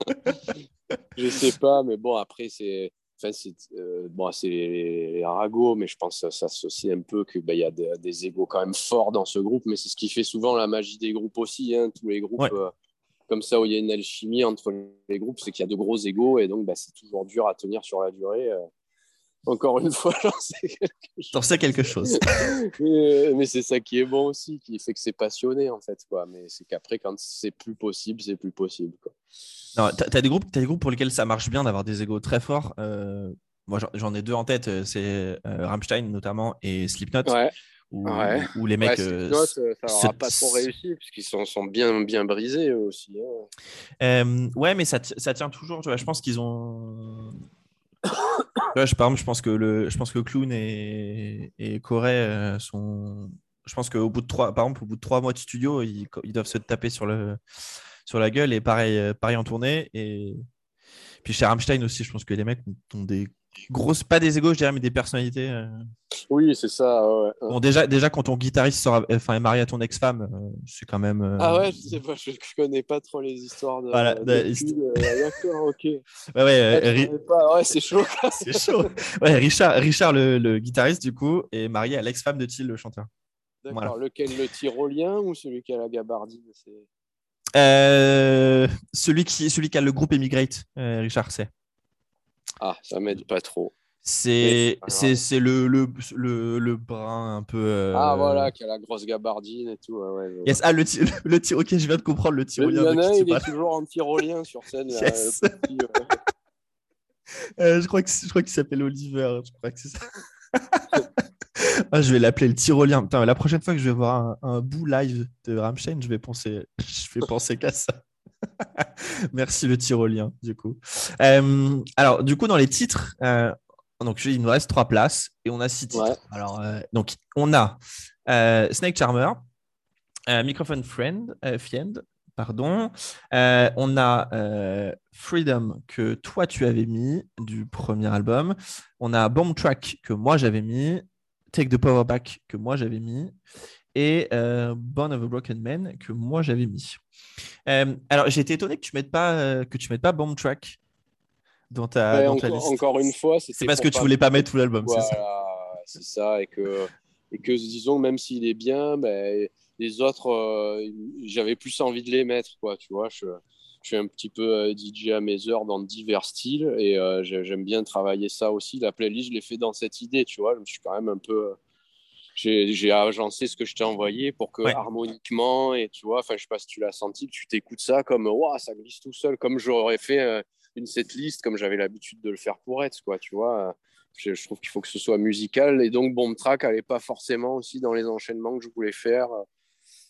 Je sais pas, mais bon, après, enfin, bon, c'est les ragots, mais je pense que ça s'associe un peu qu'il y a des égos quand même forts dans ce groupe, mais c'est ce qui fait souvent la magie des groupes aussi. Hein. Tous les groupes Ouais. comme ça où il y a une alchimie entre les groupes, c'est qu'il y a de gros égos et donc c'est toujours dur à tenir sur la durée. Encore une fois, j'en sais quelque T'en sais quelque chose. chose. Mais c'est ça qui est bon aussi, qui fait que c'est passionné en fait, quoi. Mais c'est qu'après, quand c'est plus possible, c'est plus possible, quoi. Non, t'as des groupes pour lesquels ça marche bien d'avoir des égos très forts. Moi, j'en ai deux en tête. C'est Rammstein notamment et Slipknot, Ouais. Ouais, où les ouais, mecs. Slipknot, ça leur a pas trop réussi, puisqu'ils sont bien, bien brisés eux aussi. Hein. Ouais, mais ça tient toujours. Tu vois, je pense qu'ils ont. Ouais, par exemple, je pense que Clown et Corey sont. Je pense qu'au bout de par exemple, au bout de 3 mois de studio, ils doivent se taper sur la gueule et pareil en tournée. Et puis chez Rammstein aussi, je pense que les mecs ont des grosses, pas des égos, je dirais, mais des personnalités. Oui, c'est ça. Ouais. Bon, déjà, quand ton guitariste est marié à ton ex-femme, c'est quand même. Ah ouais, je sais pas, je connais pas trop les histoires Voilà. de cul. D'accord, ok. Ouais, ouais, Ah, je savais pas. Ouais, c'est chaud. c'est chaud. Ouais, Richard le guitariste, du coup, est marié à l'ex-femme de Till, le chanteur. Voilà. D'accord, lequel, le tyrolien ou celui qui a la gabardine Celui qui a le groupe Emigrate, Richard, c'est. Ah, ça m'aide pas trop. Mais c'est C'est pas c'est grave. c'est le brun un peu. Ah voilà, qui a la grosse gabardine et tout. Ouais, je vois. Yes, ok, je viens de comprendre le Mais il tyrolien y de en a qui un, tu il est parles. toujours en tyrolien sur scène, là, le Yes. petit. Je crois qu'il s'appelle Oliver. Je crois que c'est ça. Ah, je vais l'appeler le tyrolien. Putain, la prochaine fois que je vais voir un bout live de Rammstein, je vais penser qu'à ça. Merci le tyrolien, du coup. Alors, du coup, dans les titres, donc il nous reste 3 places et on a 6 titres. Ouais. Alors, donc, on a Snake Charmer, Microphone Friend, pardon. On a Freedom que toi tu avais mis du premier album. On a Bomb Track que moi j'avais mis. Take the Power Back que moi j'avais mis. Et Born of a Broken Man que moi j'avais mis. Alors j'ai été étonné que tu mettes pas Bomb Track dans ta, Ben, dans ta liste. encore une fois, C'est c'était parce pour que tu pas voulais pas mettre mettre tout l'album, c'est ça? voilà, c'est ça, et que disons, même s'il est bien, ben, les autres, j'avais plus envie de les mettre, quoi, tu vois. Je suis un petit peu DJ à mes heures dans divers styles, et j'aime bien travailler ça aussi. La playlist, je l'ai fait dans cette idée, tu vois. Je me suis quand même un peu. J'ai agencé ce que je t'ai envoyé pour que Ouais. harmoniquement, et tu vois, enfin, je sais pas si tu l'as senti, tu t'écoutes ça comme, waouh, ça glisse tout seul, comme j'aurais fait une setlist, comme j'avais l'habitude de le faire pour être, quoi, tu vois. Je trouve qu'il faut que ce soit musical, et donc Bomb Track n'allait pas forcément aussi dans les enchaînements que je voulais faire.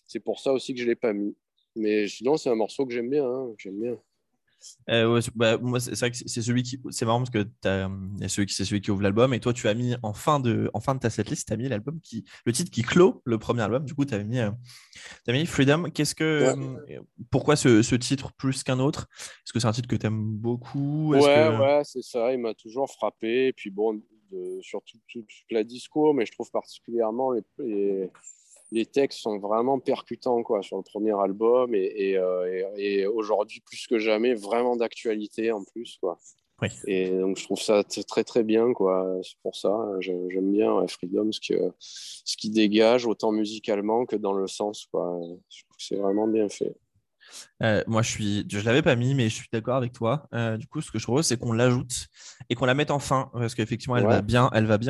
c'est pour ça aussi que je ne l'ai pas mis. Mais sinon, c'est un morceau que j'aime bien. Hein, j'aime bien. Ouais, moi, c'est vrai que c'est celui qui. C'est marrant parce que c'est celui qui ouvre l'album et toi, tu as mis en fin de ta setlist, tu as mis le titre qui clôt le premier album. Du coup, t'as mis Freedom. Ouais. Pourquoi ce titre plus qu'un autre? Est-ce que c'est un titre que tu aimes beaucoup? Ouais, c'est ça. Il m'a toujours frappé. Et puis bon, surtout toute la disco, mais je trouve particulièrement les textes sont vraiment percutants quoi, sur le premier album et aujourd'hui plus que jamais vraiment d'actualité en plus quoi. Oui. Et donc je trouve ça très très bien quoi. C'est pour ça j'aime bien Freedom ce qui dégage autant musicalement que dans le sens quoi. Je trouve que c'est vraiment bien fait. Moi, je l'avais pas mis, mais je suis d'accord avec toi. Du coup, ce que je propose, c'est qu'on l'ajoute et qu'on la mette en fin, parce qu'effectivement, Ouais. elle va bien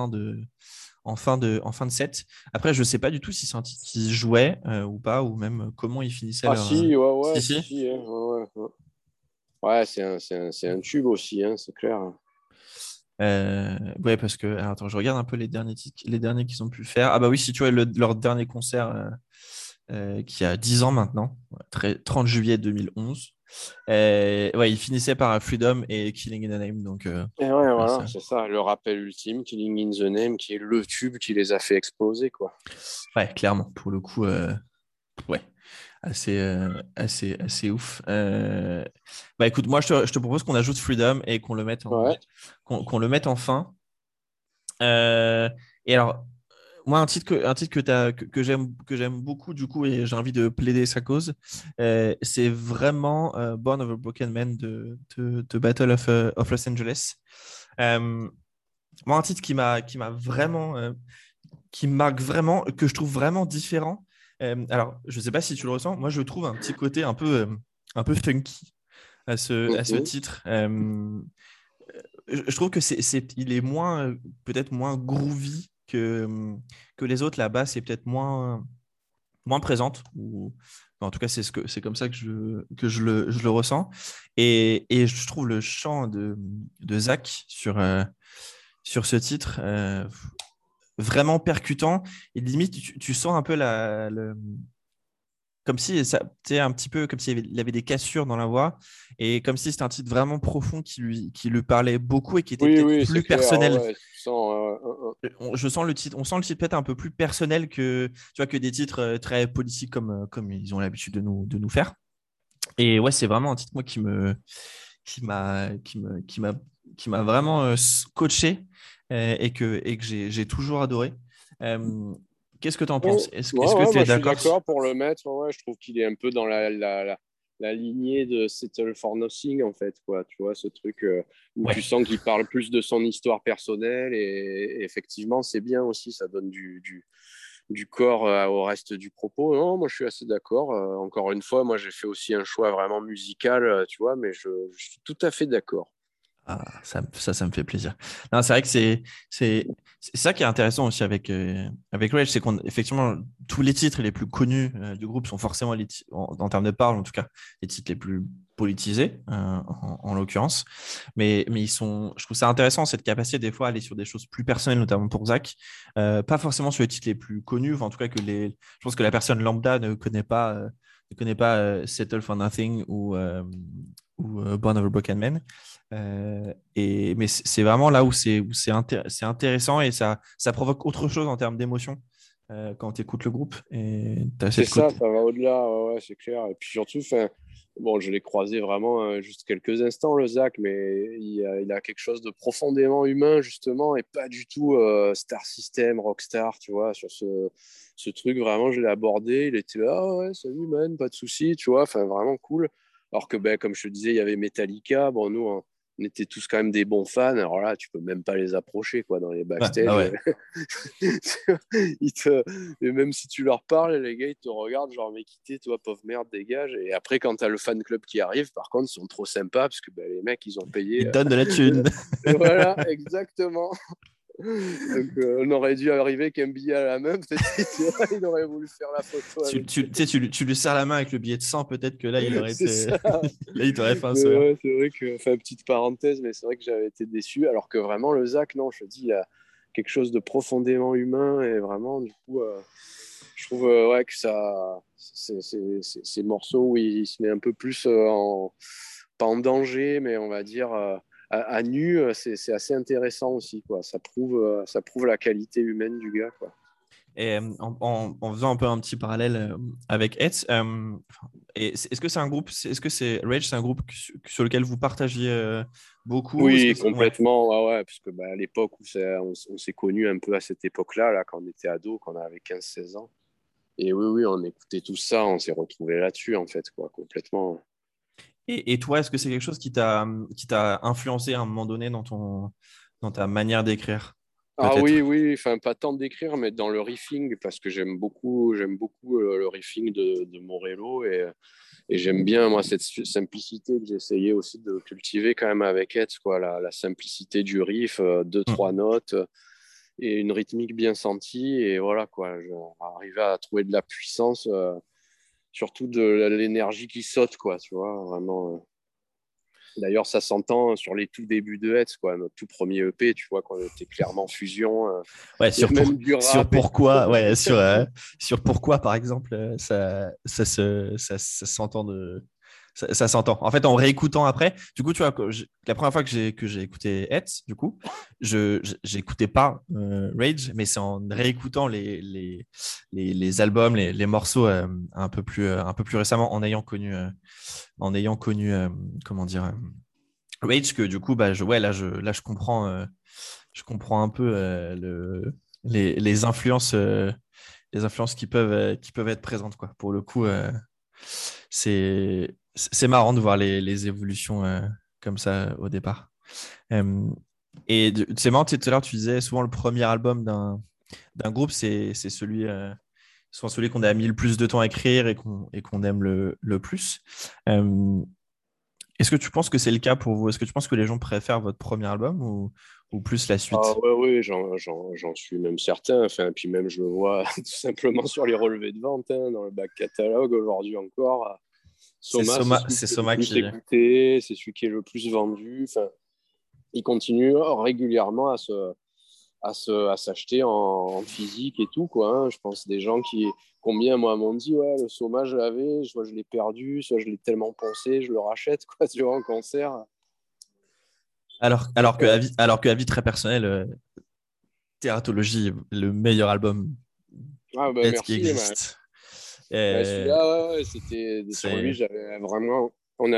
en fin de set. Après, je sais pas du tout si c'est un titre qui se jouait ou pas, ou même comment ils finissaient Ah leur. si, Si, si. si, hein, ouais. Ouais, c'est un tube aussi, hein, c'est clair. Ouais, parce que. Alors, attends, je regarde un peu les derniers titres, les derniers qu'ils ont pu faire. Ah, bah oui, si tu vois leur dernier concert qui a 10 ans maintenant, 30 juillet 2011. Ouais, ils finissaient par Freedom et Killing in the Name. Donc, Et ouais, voilà, ça. c'est ça, le rappel ultime, Killing in the Name, qui est le tube qui les a fait exploser, quoi. Ouais, clairement, pour le coup, ouais, assez ouf. Bah écoute, moi, je te propose qu'on ajoute Freedom et Ouais, qu'on le mette en fin. Et alors, moi, un titre que j'aime beaucoup, du coup, et j'ai envie de plaider sa cause, c'est vraiment Born of a Broken Man de Battle of Los Angeles. Euh, Moi, un titre qui m'a vraiment, qui me marque vraiment, que je trouve vraiment différent. Alors, je ne sais pas si tu le ressens, moi, je trouve un petit côté un peu funky à ce mhm. titre. Je trouve que il est moins, peut-être moins groovy que les autres. La basse est peut-être moins présente. Ou, en tout cas, c'est comme ça je le ressens. Et je trouve le chant de Zach sur ce titre vraiment percutant. Et limite, tu sens un peu comme si ça, tu sais, un petit peu comme il avait des cassures dans la voix et comme si c'était un titre vraiment profond qui lui parlait beaucoup et qui était Oui, peut-être oui, c'est plus clair, personnel. ouais, tu sens, Je sens le titre, on sent le titre peut-être un peu plus personnel que, tu vois, que des titres très politiques comme ils ont l'habitude de nous faire. Et ouais, c'est vraiment un titre moi qui m'a qui m'a vraiment coaché et que j'ai toujours adoré. Euh, Qu'est-ce que tu en penses? Est-ce que tu moi es je suis d'accord? d'accord pour le mettre, ouais, je trouve qu'il est un peu dans la lignée de Settle for Nothing, en fait, quoi, tu vois, ce truc où tu Ouais. sens qu'il parle plus de son histoire personnelle et effectivement, c'est bien aussi, ça donne du corps au reste du propos. Non, moi je suis assez d'accord. Encore une fois, moi j'ai fait aussi un choix vraiment musical, tu vois, mais je suis tout à fait d'accord. Ah, ça me fait plaisir. Non, c'est vrai que c'est ça qui est intéressant aussi avec Rage, c'est qu'effectivement, tous les titres les plus connus du groupe sont forcément, en termes de parole, en tout cas, les titres les plus politisés, en l'occurrence. Mais je trouve ça intéressant, cette capacité des fois à aller sur des choses plus personnelles, notamment pour Zach. Pas forcément sur les titres les plus connus, enfin, en tout cas, je pense que la personne lambda ne connaît pas Settle for Nothing ou Born of a Broken Man. Mais c'est vraiment là où c'est intéressant et ça provoque autre chose en termes d'émotion quand tu écoutes le groupe. Et tu as C'est cette ça, côté. ça va au-delà, ouais, c'est clair. Et puis surtout, bon, je l'ai croisé vraiment juste quelques instants, le Zach, mais il a quelque chose de profondément humain, justement, et pas du tout Star System, Rockstar, tu vois, sur ce truc, vraiment, je l'ai abordé, il était là, ah ouais, salut man, pas de souci, tu vois, enfin, vraiment cool. Alors que, ben, comme je te disais, il y avait Metallica, bon, nous, on était tous quand même des bons fans, alors là, tu peux même pas les approcher, quoi, dans les Ouais, bah backstage. ouais. Ils te, et même si tu leur parles, les gars, ils te regardent, genre, mais quittez, toi, pauvre merde, dégage. Et après, quand t'as le fan club qui arrive, par contre, ils sont trop sympas parce que bah, les mecs, ils ont Il payé. te donne de la thune. Voilà, exactement. Donc, on aurait dû arriver qu'un billet à la main, peut-être il aurait voulu faire la photo avec eux. Tu sais, tu lui serres la main avec le billet de 100, peut-être que là, il aurait C'est été. ça. Là, il t'aurait fait un Mais sourire. ouais, c'est vrai que, enfin, petite parenthèse, mais c'est vrai que j'avais été déçu. Alors que vraiment, le Zach, non, je te dis, il a quelque chose de profondément humain et vraiment, du coup. Je trouve ouais, que ça, ces morceaux où il se met un peu plus pas en danger, mais on va dire à nu, c'est assez intéressant aussi, quoi. Ça prouve la qualité humaine du gars, quoi. Et en faisant un peu un petit parallèle avec Hetz, est-ce que c'est un groupe, est-ce que c'est Rage, c'est un groupe sur lequel vous partagiez beaucoup? Est-ce Oui, que ouais. complètement, ouais, ouais, parce que à l'époque où on s'est connus un peu à cette époque-là, là, quand on était ado, quand on avait 15-16 ans. Et oui, oui, on écoutait tout ça, on s'est retrouvés là-dessus, en fait, quoi, complètement. Et toi, est-ce que c'est quelque chose qui t'a influencé à un moment donné dans ta manière d'écrire, Ah oui, peut-être? oui, enfin, pas tant d'écrire, mais dans le riffing, parce que j'aime beaucoup le riffing de Morello, et j'aime bien, moi, cette simplicité que j'essayais aussi de cultiver quand même avec Hetz, quoi, la simplicité du riff, deux, trois notes, et une rythmique bien sentie, et voilà, quoi, j'arrivais à trouver de la puissance, surtout de l'énergie qui saute, quoi, tu vois, vraiment. D'ailleurs, ça s'entend sur les tout débuts de Hetz, quoi, notre tout premier EP, tu vois, quand on était clairement fusion. Ouais, Il y a même du sur rap et tout. pourquoi, ouais, sur pourquoi, par exemple, ça s'entend ça s'entend. En fait, en réécoutant après, du coup, tu vois, la première fois que j'ai écouté Hetz, du coup, j'écoutais pas Rage, mais c'est en réécoutant les albums, les morceaux un peu plus récemment, en ayant connu comment dire, Rage, que du coup, bah, ouais, là, je comprends un peu les influences qui peuvent être présentes, quoi. Pour le coup, c'est marrant de voir les évolutions comme ça au départ. Euh, et c'est marrant, tout à l'heure, tu disais souvent le premier album d'un groupe, c'est celui, souvent celui qu'on a mis le plus de temps à écrire et qu'on aime le plus. Euh, Est-ce que tu penses que c'est le cas pour vous? Est-ce que tu penses que les gens préfèrent votre premier album ou plus la Ah suite? ouais, ouais, j'en suis même certain. Enfin, puis même, je le vois tout simplement sur les relevés de vente, hein, dans le back catalogue aujourd'hui encore. Soma, c'est celui C'est qui est le Soma plus qui. écouté, c'est celui qui est le plus vendu. Enfin, il continue régulièrement à s'acheter en physique et tout, quoi, hein. Je pense des gens combien moi m'ont dit, ouais, le Soma, je l'avais, soit je l'ai perdu, soit je l'ai tellement pensé, je le rachète, quoi, tu vois, en concert. Donc, Alors que, avis très personnel, Teratologie est le meilleur album ah, bah, peut-être qui merci. existe. Bah, Euh, celui-là, ouais, ouais, c'était sur lui, c'est j'avais vraiment.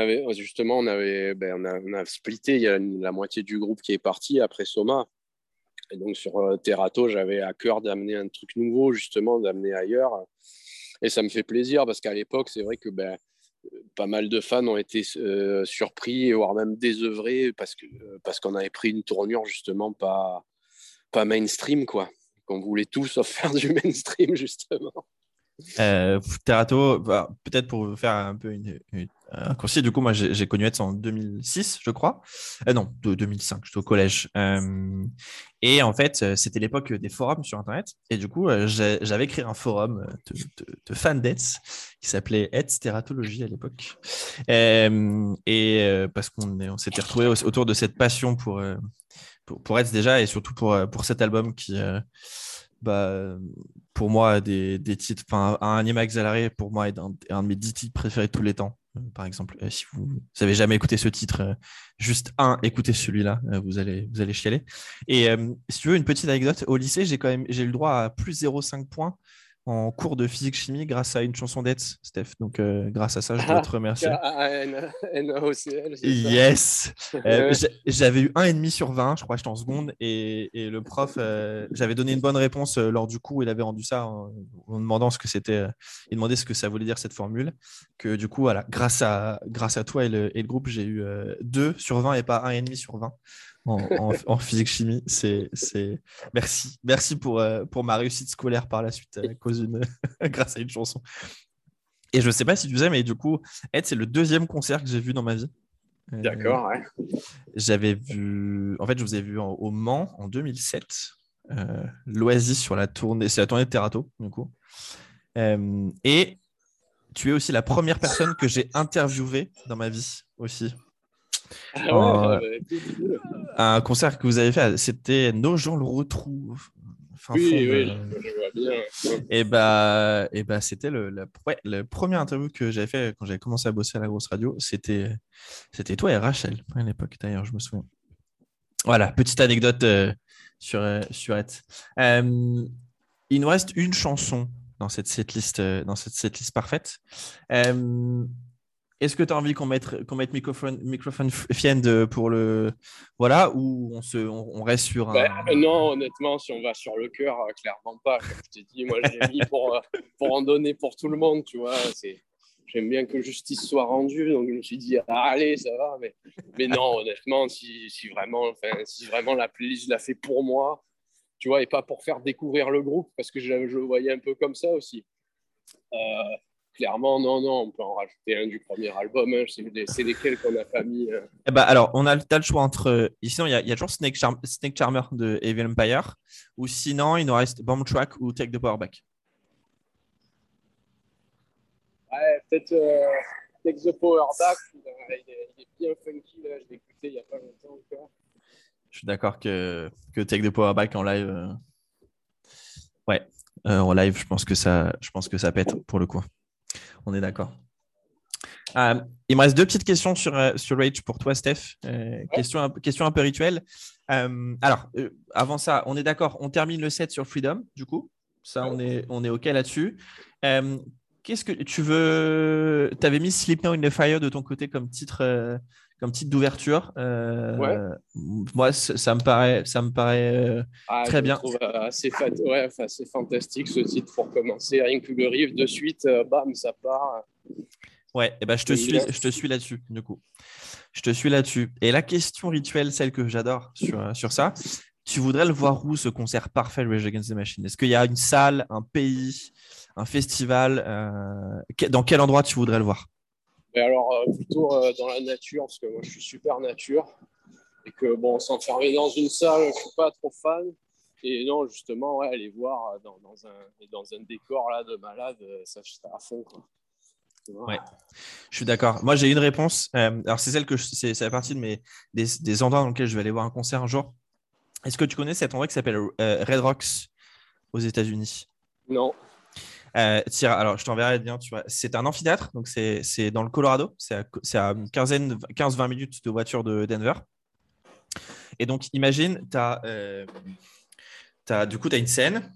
On a splitté. Il y a la moitié du groupe qui est parti après Soma. Et donc sur Terato, j'avais à cœur d'amener un truc nouveau, justement, d'amener ailleurs. Et ça me fait plaisir parce qu'à l'époque, c'est vrai que ben, pas mal de fans ont été surpris, voire même désœuvrés parce qu'on avait pris une tournure justement pas mainstream, quoi. Qu'on voulait tout sauf faire du mainstream, justement. Terato, bah, peut-être pour vous faire un peu un coursier, du coup, moi j'ai connu Hetz en 2006, je crois. Non, 2005, j'étais au collège. Et en fait, c'était l'époque des forums sur Internet. Et du coup, j'avais créé un forum de fans d'Hetz qui s'appelait Hetz Teratologie à l'époque. Parce on s'était retrouvés autour de cette passion pour Hetz déjà et surtout pour cet album qui. Bah, pour moi, des titres, enfin, Anima Exalare, pour moi, est un de mes 10 titres préférés de tous les temps. Par exemple, si vous n'avez jamais écouté ce titre, juste écoutez celui-là, vous allez chialer. Et si tu veux une petite anecdote, au lycée, j'ai eu le droit à plus 0,5 points en cours de physique-chimie grâce à une chanson d'Hetz, Steph. Donc, grâce à ça, je dois te remercier. K-A-N-A-O-C-L, c'est ça. Yes. J'avais eu 1,5 sur 20, je crois, j'étais en seconde. Et le prof, j'avais donné une bonne réponse lors du coup. Il avait rendu ça en demandant ce que c'était. Il demandait ce que ça voulait dire cette formule. Que du coup, voilà, grâce à toi et le groupe, j'ai eu 2 sur 20 et pas 1,5 sur 20 en physique-chimie. Merci. Merci pour ma réussite scolaire par la suite grâce à une chanson. Et je ne sais pas si tu sais, mais du coup, Ed, c'est le deuxième concert que j'ai vu dans ma vie. D'accord, ouais. J'avais vu, en fait, je vous ai vu au Mans en 2007, l'Oasis sur la tournée, c'est la tournée de Terato, du coup. Et tu es aussi la première personne que j'ai interviewée dans ma vie aussi. Ah ouais, En- bah, écoute, cool. un concert que vous avez fait, c'était Nos gens le retrouvent. fin fond Oui, de... je vois bien. C'était le premier interview que j'avais fait quand j'avais commencé à bosser à la grosse radio. C'était toi et Rachel à l'époque, d'ailleurs, je me souviens. Voilà, petite anecdote sur Ed. Il nous reste une chanson dans cette setlist parfaite. Est-ce que tu as envie qu'on mette microphone Fiend pour le. Voilà, ou on reste sur Non, honnêtement, si on va sur le cœur, clairement pas. Comme je t'ai dit, moi, je l'ai mis pour en donner pour tout le monde, tu vois. J'aime bien que justice soit rendue, donc je me suis dit, allez, ça va. Mais non, honnêtement, si vraiment la playlist l'a fait pour moi, tu vois, et pas pour faire découvrir le groupe, parce que je le voyais un peu comme ça aussi. Clairement, non, on peut en rajouter un du premier album. Hein. C'est lesquels qu'on n'a pas mis. Alors, t'as le choix entre. Sinon, il y a toujours Snake Charmer de Evil Empire, ou sinon, il nous reste Bomb Track ou Take the Power Back. Ouais, peut-être Take the Power Back. Il est bien funky, là. Je l'ai écouté il n'y a pas longtemps encore. Je suis d'accord que Take the Power Back en live. Ouais, en live, je pense que ça pète pour le coup. On est d'accord. Il me reste 2 petites questions sur Rage pour toi, Steph. Question un peu rituelle. Avant ça, on est d'accord, on termine le set sur Freedom, du coup. Ça, on est OK là-dessus. Qu'est-ce que tu veux? Tu avais mis Sleep Now in the Fire de ton côté comme titre d'ouverture. Moi, ça me paraît très bien. Je trouve assez fantastique ce titre pour commencer. Rien que le riff de suite, bam, ça part. Ouais, et je te suis là-dessus, du coup. Je te suis là-dessus. Et la question rituelle, celle que j'adore sur ça, tu voudrais le voir où, ce concert parfait de Rage Against the Machine? Est-ce qu'il y a une salle, un pays, un festival dans quel endroit tu voudrais le voir? Mais alors, plutôt dans la nature, parce que moi, je suis super nature. Et que, bon, s'enfermer dans une salle, je ne suis pas trop fan. Et non, justement, ouais, aller voir dans un décor là, de malade, ça, j'étais à fond, quoi. Ouais, je suis d'accord. Moi, j'ai une réponse. Alors, c'est celle c'est la partie des endroits dans lesquels je vais aller voir un concert un jour. Est-ce que tu connais cet endroit qui s'appelle Red Rocks aux États-Unis? Non. Alors, je t'enverrai le lien. C'est un amphithéâtre, donc c'est dans le Colorado. C'est à une 15-20 minutes de voiture de Denver. Et donc, imagine, du coup, tu as une scène.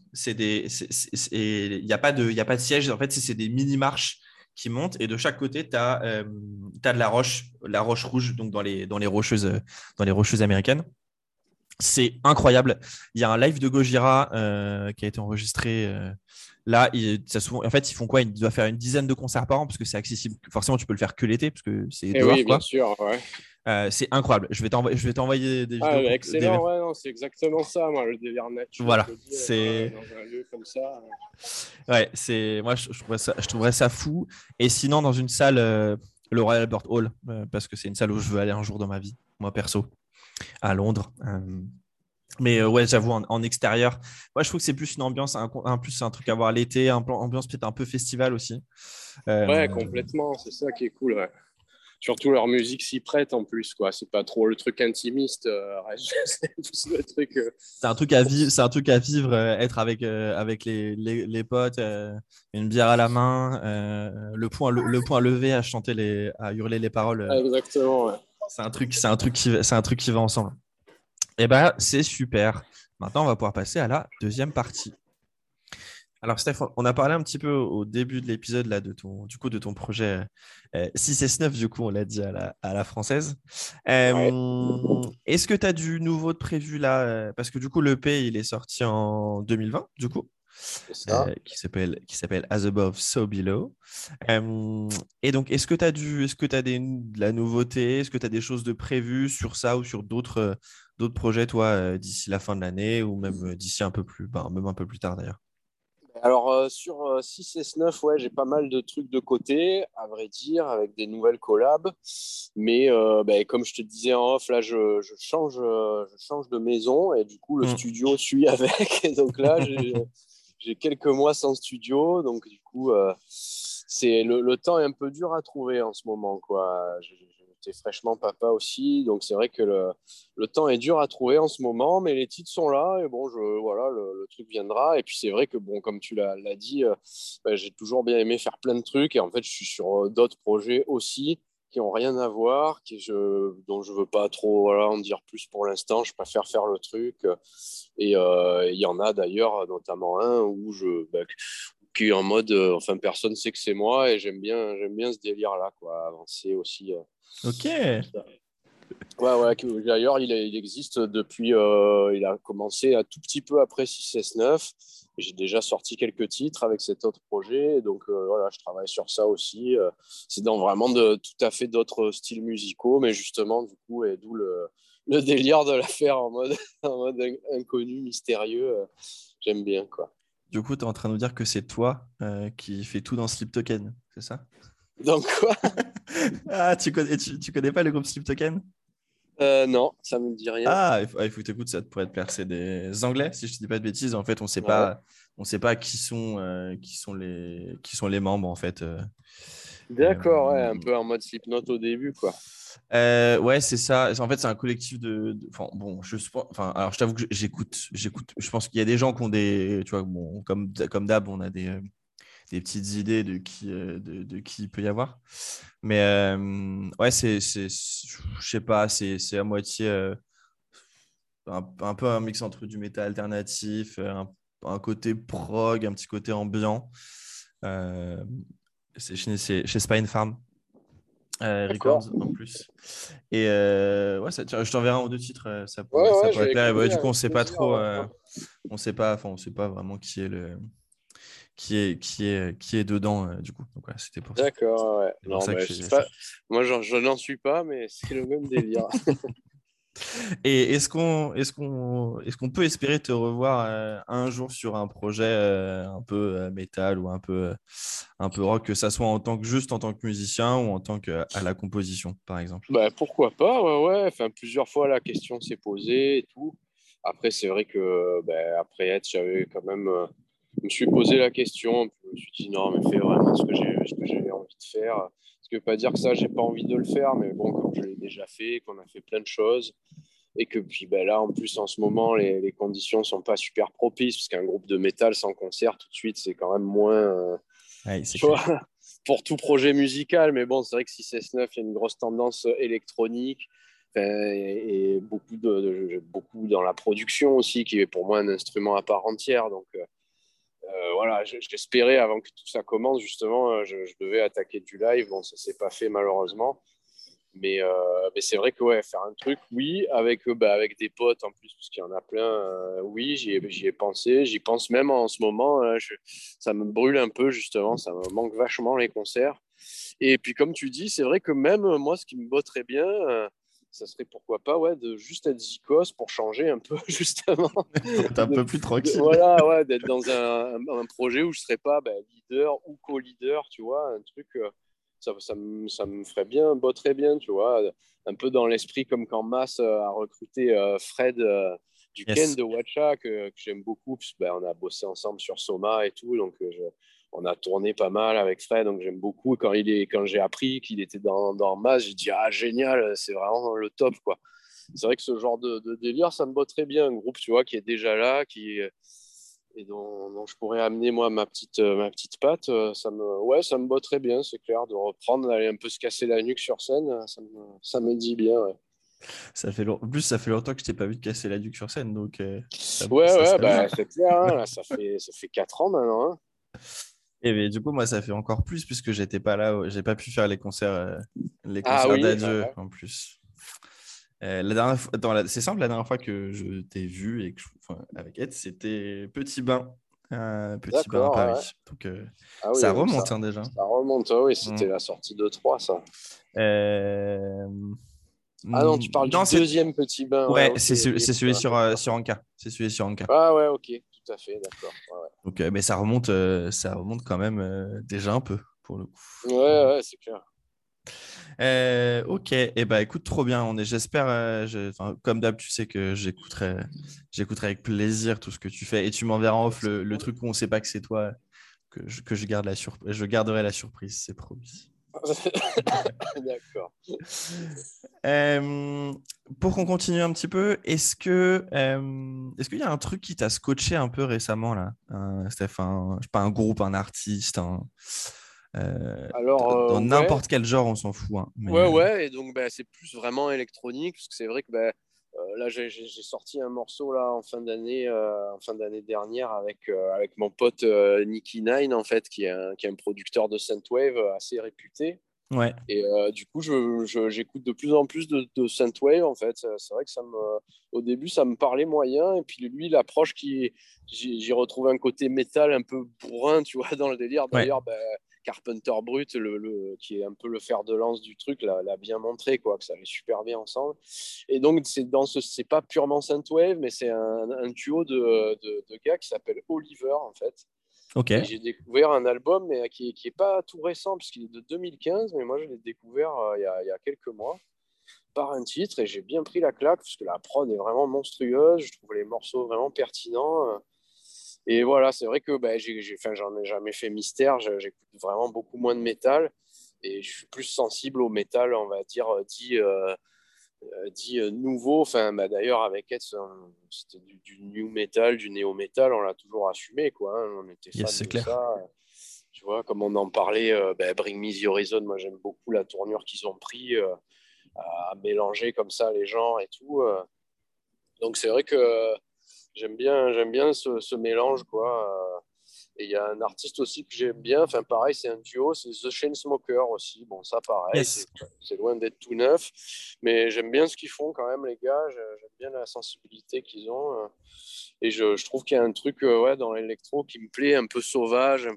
Il n'y a pas de siège. En fait, c'est des mini-marches qui montent. Et de chaque côté, tu as de la roche rouge, donc dans les rocheuses américaines. C'est incroyable. Il y a un live de Gojira qui a été enregistré. Là, en fait, ils font quoi? Ils doivent faire une dizaine de concerts par an parce que c'est accessible. Forcément, tu peux le faire que l'été parce que c'est dehors. Oui, bien sûr. Ouais. C'est incroyable. Je vais t'envoyer des vidéos. Excellent, ouais, non, c'est exactement ça, moi, le délire nature. Voilà. C'est dans un lieu comme ça. Ouais, moi, je trouverais ça fou. Et sinon, dans une salle, le Royal Albert Hall, parce que c'est une salle où je veux aller un jour dans ma vie, moi perso, à Londres. Mais ouais, j'avoue, en extérieur, moi, je trouve que c'est plus une ambiance, plus c'est un truc à voir l'été, ambiance peut-être un peu festival aussi. Ouais, complètement, c'est ça qui est cool, ouais. Surtout leur musique s'y prête en plus, quoi. C'est pas trop le truc intimiste. C'est plus le truc. C'est un truc à vivre. C'est un truc à vivre. Être avec les potes, une bière à la main, le poing levé à chanter à hurler les paroles. Exactement. Ouais. C'est un truc qui va ensemble. Et c'est super. Maintenant, on va pouvoir passer à la deuxième partie. Alors, Steph, on a parlé un petit peu au début de l'épisode là, de ton projet 6S9, du coup, on l'a dit à la française. Ouais. Est-ce que tu as du nouveau de prévu là? Parce que du coup, l'EP, il est sorti en 2020, du coup, qui s'appelle As Above, So Below. Et donc, est-ce que tu as de la nouveauté? Est-ce que tu as des choses de prévues sur ça ou sur d'autres projets, toi, d'ici la fin de l'année ou même d'ici un peu plus, même un peu plus tard d'ailleurs? Alors, sur 6S9, ouais, j'ai pas mal de trucs de côté, à vrai dire, avec des nouvelles collabs. Mais comme je te disais en off, là, je change de maison et du coup, le studio suit avec. Et donc là, j'ai quelques mois sans studio. Donc, du coup, le temps est un peu dur à trouver en ce moment, quoi. J'étais fraîchement papa aussi, donc c'est vrai que le temps est dur à trouver en ce moment, mais les titres sont là et bon, voilà, le truc viendra. Et puis c'est vrai que bon, comme tu l'as dit, j'ai toujours bien aimé faire plein de trucs et en fait, je suis sur d'autres projets aussi qui ont rien à voir, dont je veux pas trop voilà, en dire plus pour l'instant. Je préfère faire le truc. Et il y en a d'ailleurs, notamment un où qui est en mode, enfin personne sait que c'est moi et j'aime bien ce délire-là, quoi, avancer aussi. Ok. Ouais, d'ailleurs, il existe depuis, il a commencé un tout petit peu après 6S9. J'ai déjà sorti quelques titres avec cet autre projet. Donc voilà, je travaille sur ça aussi. C'est dans vraiment tout à fait d'autres styles musicaux, mais justement, du coup, et d'où le délire de la faire en mode, en mode inconnu, mystérieux. J'aime bien, quoi. Du coup, tu es en train de nous dire que c'est toi qui fais tout dans Sleep Token, c'est ça? Donc quoi? Ah, tu connais pas le groupe Sleep Token? Non, ça me dit rien. Ah, il faut que tu écoutes, ça pourrait te plaire. C'est des Anglais, si je ne dis pas de bêtises. En fait, Ouais. on sait pas qui sont les membres, en fait. Euh, D'accord, ouais, un peu en mode Slipknot au début, quoi. ouais, c'est ça. En fait, c'est un collectif enfin, bon, alors, je t'avoue que j'écoute. Je pense qu'il y a des gens qui ont tu vois, bon, comme d'hab, on a des petites idées de qui il peut y avoir. Mais ouais, je sais pas, c'est à moitié un peu un mix entre du métal alternatif, un côté prog, un petit côté ambiant. Euh, c'est chez Spine Farm D'accord. Records en plus. Et ouais, tiens, je t'enverrai un ou deux titres, ça Ouais, je pourrait te vais plaire. Et ouais, écouter du coup, on avec sait pas plaisir. trop, Ouais. on sait pas vraiment qui est dedans, du coup. Donc, ouais, c'était pour ça. D'accord, ouais. C'est pour Non, ça que mais c'est pas... Moi, je n'en suis pas, mais c'est le même délire. Et est-ce qu'on peut espérer te revoir un jour sur un projet un peu métal ou un peu rock, que ça soit juste en tant que musicien ou en tant qu'à la composition, par exemple? Bah, pourquoi pas, ouais, ouais. Enfin, plusieurs fois, la question s'est posée et tout. Après, c'est vrai que après être, j'avais quand même... je me suis posé la question. Je me suis dit, non, mais fais vraiment ce que j'avais envie de faire. Ce qui veut pas dire que ça, j'ai pas envie de le faire, mais bon, comme je l'ai déjà fait, qu'on a fait plein de choses, et que puis là, en plus, en ce moment, les conditions sont pas super propices, parce qu'un groupe de métal sans concert, tout de suite, c'est quand même moins... Oui, c'est tu vois, clair. pour tout projet musical, mais bon, c'est vrai que 6S9, il y a une grosse tendance électronique et beaucoup dans la production aussi, qui est pour moi un instrument à part entière. Donc voilà, j'espérais avant que tout ça commence, justement, je devais attaquer du live. Bon, ça s'est pas fait malheureusement. Mais c'est vrai que ouais, faire un truc, oui, avec des potes en plus, parce qu'il y en a plein, oui, j'y ai pensé, j'y pense même en ce moment, ça me brûle un peu justement, ça me manque vachement les concerts. Et puis comme tu dis, c'est vrai que même moi, ce qui me botterait bien, ça serait pourquoi pas ouais, de juste être zikos pour changer un peu justement. Pour être un peu plus tranquille. Voilà, ouais, d'être dans un projet où je serais pas leader ou co-leader, tu vois, un truc ça me ferait bien, botterait bien, tu vois, un peu dans l'esprit comme quand Mas a recruté Fred du Ken Yes. de Watcha, que j'aime beaucoup, parce que, on a bossé ensemble sur Soma et tout, donc on a tourné pas mal avec Fred, donc j'aime beaucoup. Quand j'ai appris qu'il était dans Mas, j'ai dit, ah génial, c'est vraiment le top, quoi. C'est vrai que ce genre de délire, ça me botterait bien, un groupe, tu vois, qui est déjà là, et dont je pourrais amener moi ma petite patte, ça me botterait bien, c'est clair, de reprendre, d'aller un peu se casser la nuque sur scène, ça me dit bien. Ouais, En plus, ça fait longtemps que je t'ai pas vu te casser la nuque sur scène, donc ouais, ça ouais, serait bien. c'est clair, hein, là, ça fait 4 ans maintenant. Hein. Et mais, du coup, moi, ça fait encore plus puisque j'étais pas là, j'ai pas pu faire les Ah concerts oui, d'adieu en plus. La dernière fois, c'est simple, la dernière fois que je t'ai vu avec Ed, c'était Petit Bain à d'accord, ouais, ouais. Paris. Donc Ah oui, ça donc ça, remonte hein, déjà. ça remonte, ah oui, Mm. c'était la sortie de 3 ça. Euh, Ah non, tu parles du Non, deuxième petit bain, ouais, ouais, ok, ok, c'est celui ouais, d'accord. sur Anka. C'est celui sur Anka. Ah ouais, ok, tout à fait, d'accord. Ouais, Donc, mais ça remonte quand même déjà un peu pour le coup. ouais, ouais, ouais, c'est clair. Ok, et bah écoute, trop bien. J'espère, enfin, comme d'hab, tu sais que j'écouterai avec plaisir tout ce que tu fais et tu m'enverras en off C'est le cool. truc où on sait pas que c'est toi que je garderai la surprise, c'est promis. D'accord. Pour qu'on continue un petit peu, est-ce qu'il y a un truc qui t'a scotché un peu récemment là, Steph, je sais pas, un groupe, un artiste, Alors, dans ouais. n'importe quel genre, on s'en fout, hein, mais Ouais, et donc c'est plus vraiment électronique, parce que c'est vrai que là j'ai sorti un morceau là en fin d'année dernière avec mon pote Nicky Nine en fait, qui est un producteur de synthwave assez réputé. ouais, Et du coup, j'écoute de plus en plus de synthwave en fait. C'est vrai que au début, ça me parlait moyen, et puis lui, l'approche j'y retrouve un côté métal un peu bourrin, tu vois, dans le délire. ouais. D'ailleurs, Carpenter Brut, qui est un peu le fer de lance du truc, l'a bien montré, quoi, que ça allait super bien ensemble. Et donc, c'est pas purement synthwave, mais c'est un duo de gars qui s'appelle Oliver, en fait. Ok. Et j'ai découvert un album mais qui est pas tout récent, puisqu'il est de 2015, mais moi je l'ai découvert il y a quelques mois par un titre, et j'ai bien pris la claque, parce que la prod est vraiment monstrueuse, je trouve les morceaux vraiment pertinents. Et voilà, c'est vrai que j'en ai jamais fait mystère, j'écoute vraiment beaucoup moins de métal, et je suis plus sensible au métal, on va dire, dit nouveau. Enfin, d'ailleurs, avec Ed, c'était du new metal, du néo metal, on l'a toujours assumé, quoi. Hein, on était Yes, fans c'est de clair. ça. Tu vois, comme on en parlait, Bring Me the Horizon, moi j'aime beaucoup la tournure qu'ils ont pris à mélanger comme ça les genres et tout. Donc c'est vrai que j'aime bien ce mélange, quoi. Et il y a un artiste aussi que j'aime bien, enfin pareil, c'est un duo, c'est The Chainsmokers aussi. Bon, ça pareil, Yes. c'est loin d'être tout neuf, mais j'aime bien ce qu'ils font quand même, les gars. J'aime bien la sensibilité qu'ils ont. Et je trouve qu'il y a un truc ouais, dans l'électro qui me plaît, un peu sauvage,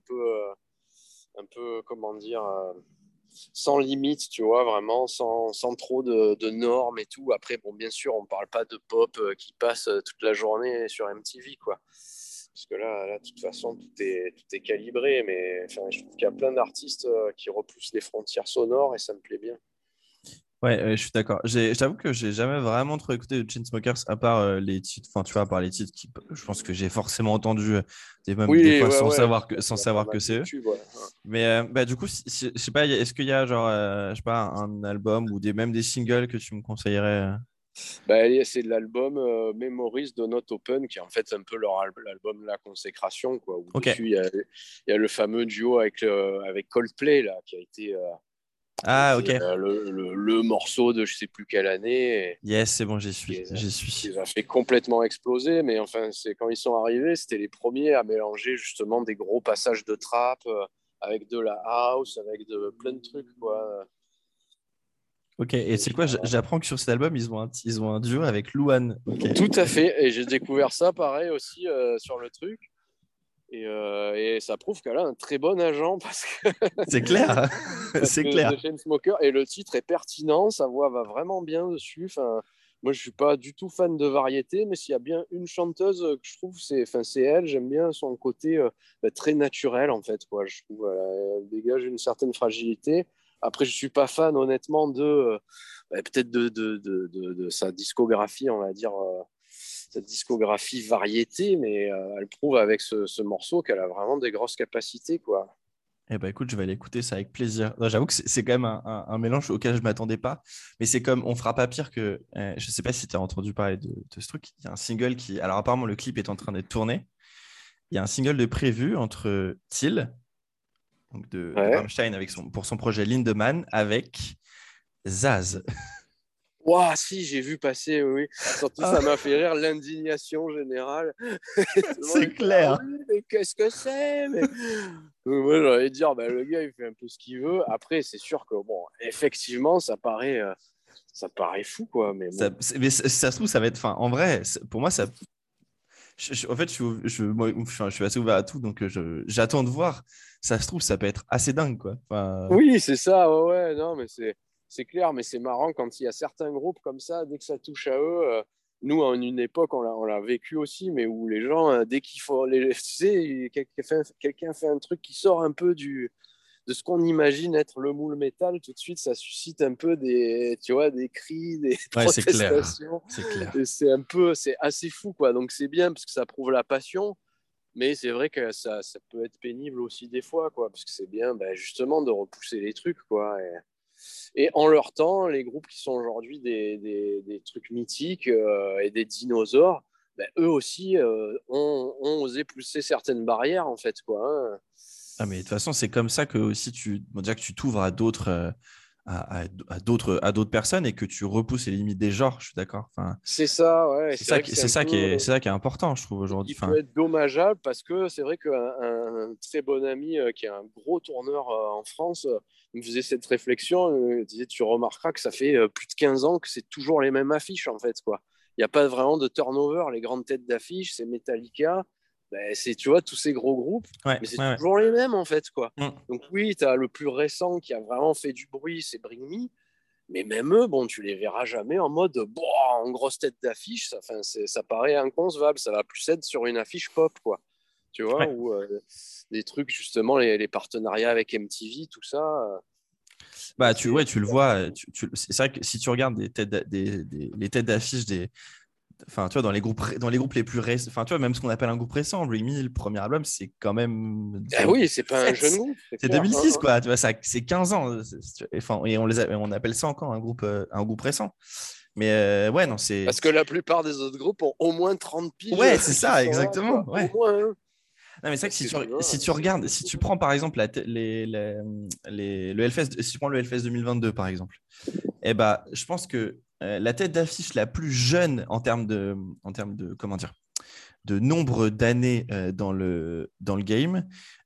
un peu comment dire, sans limite, tu vois, vraiment, sans trop de normes et tout. Après, bon, bien sûr, on parle pas de pop qui passe toute la journée sur MTV, quoi. Parce que là, de toute façon, tout est calibré, mais enfin, je trouve qu'il y a plein d'artistes qui repoussent les frontières sonores, et ça me plaît bien. Ouais, je suis d'accord. Je t'avoue que j'ai jamais vraiment trop écouté de Chainsmokers à part les titres, enfin tu vois, à part les titres qui, je pense que j'ai forcément entendu même des Oui, fois ouais, sans il y a pas savoir que mal de c'est eux. tubes, ouais. Mais bah, du coup, je sais pas, est-ce qu'il y a genre, je sais pas, un album ou même des singles que tu me conseillerais? C'est de l'album Memories Do Not Open, qui est en fait un peu l'album La Consécration, quoi. Où Ok. dessus, il y a le fameux duo avec Coldplay, là, qui a Ah, été ok. le morceau de je sais plus quelle année, et Yes, c'est bon, j'y qui suis, les a, j'y qui suis. les a fait complètement exploser. Mais enfin, c'est quand ils sont arrivés, c'était les premiers à mélanger justement des gros passages de trap avec de la house, avec plein de trucs, quoi. Ok, et c'est quoi? J'apprends que sur cet album, ils ont un duo avec Louane. Ok. Tout à fait. Et j'ai découvert ça pareil aussi sur le truc. Et ça prouve qu'elle a un très bon agent, C'est clair, parce c'est que clair. The Chainsmokers, et le titre est pertinent, sa voix va vraiment bien dessus. Enfin, moi, je suis pas du tout fan de variété, mais s'il y a bien une chanteuse que je trouve, c'est elle. J'aime bien son côté très naturel, en fait, quoi. Je trouve elle dégage une certaine fragilité. Après, je suis pas fan, honnêtement, peut-être de sa discographie, on va dire. Sa discographie variété, mais elle prouve avec ce morceau qu'elle a vraiment des grosses capacités, quoi. Eh ben écoute, je vais aller écouter ça avec plaisir. Non, j'avoue que c'est quand même un mélange auquel je ne m'attendais pas. Mais c'est comme, on fera pas pire que. Je ne sais pas si tu as entendu parler de ce truc. Il y a un single qui. Alors, apparemment, le clip est en train d'être tourné. Il y a un single de prévu entre Till, donc de Ouais. Rammstein, pour son projet Lindemann, avec Zaz. Ouah, si, j'ai vu passer, oui. Surtout, Ah, ça m'a fait rire l'indignation générale. Tout le monde c'est était là, clair. oui, mais qu'est-ce que c'est mais... Moi, j'allais dire, le gars, il fait un peu ce qu'il veut. Après, c'est sûr que, bon, effectivement, ça paraît fou, quoi. Mais bon. Mais ça se trouve, ça va être. Enfin, en vrai, pour moi, ça. En fait, je suis assez ouvert à tout, donc j'attends de voir. Ça se trouve, ça peut être assez dingue, quoi. Enfin, Oui, c'est ça, ouais, ouais, non, mais c'est clair, mais c'est marrant quand il y a certains groupes comme ça, dès que ça touche à eux, nous, en une époque, on l'a vécu aussi, mais où les gens, dès qu'il faut, tu sais, quelqu'un fait un truc qui sort un peu de ce qu'on imagine être le moule métal, tout de suite, ça suscite un peu tu vois, des cris, des ouais, c'est clair. protestations, C'est clair. et c'est assez fou, quoi, donc c'est bien, parce que ça prouve la passion. Mais c'est vrai que ça peut être pénible aussi des fois, quoi, parce que c'est bien justement de repousser les trucs, quoi. Et en leur temps, les groupes qui sont aujourd'hui des trucs mythiques et des dinosaures, eux aussi ont osé pousser certaines barrières, en fait, quoi. Hein. Ah, mais de toute façon, c'est comme ça que aussi déjà que tu t'ouvres à d'autres à d'autres personnes et que tu repousses les limites des genres, je suis d'accord. Enfin, C'est ça, ouais. c'est C'est ça vrai que qui, c'est c'est un ça qui peu. est, c'est ça qui est important, je trouve, aujourd'hui. Il Enfin, peut être dommageable parce que c'est vrai qu'un très bon ami qui est un gros tourneur en France me faisait cette réflexion. Il disait, tu remarqueras que ça fait plus de 15 ans que c'est toujours les mêmes affiches, en fait, quoi. Il n'y a pas vraiment de turnover. Les grandes têtes d'affiches, c'est Metallica, c'est, tu vois, tous ces gros groupes, ouais, mais c'est ouais, toujours les mêmes, en fait, quoi. ouais. Donc oui, tu as le plus récent qui a vraiment fait du bruit, c'est Bring Me. Mais même eux, bon, tu les verras jamais en mode en grosse tête d'affiche. Ça paraît inconcevable. Ça va plus être sur une affiche pop, quoi. Tu vois, Ouais. ou des trucs, justement, les partenariats avec MTV, tout ça. Bah, C'est tu le vois. C'est vrai que si tu regardes les têtes d'affiche enfin, tu vois, dans les groupes les plus récents, enfin, tu vois, même ce qu'on appelle un groupe récent, Bring Me, le premier album, c'est quand même ah oui, c'est pas un 2007. jeune groupe, c'est C'est clair. 2006, quoi. Tu vois, c'est 15 ans. Enfin, et on appelle ça encore un groupe récent. Mais ouais, non, c'est. Parce que la plupart des autres groupes ont au moins 30 piges Ouais, c'est qui ça, sont là, exactement. quoi. Au Ouais. moins, hein. Non, mais c'est vrai que Parce que tu vois, si tu regardes, si tu prends par exemple le Hellfest, si tu prends le Hellfest 2022, par exemple, eh ben, je pense que la tête d'affiche la plus jeune en termes de, comment dire, de nombre d'années dans le game,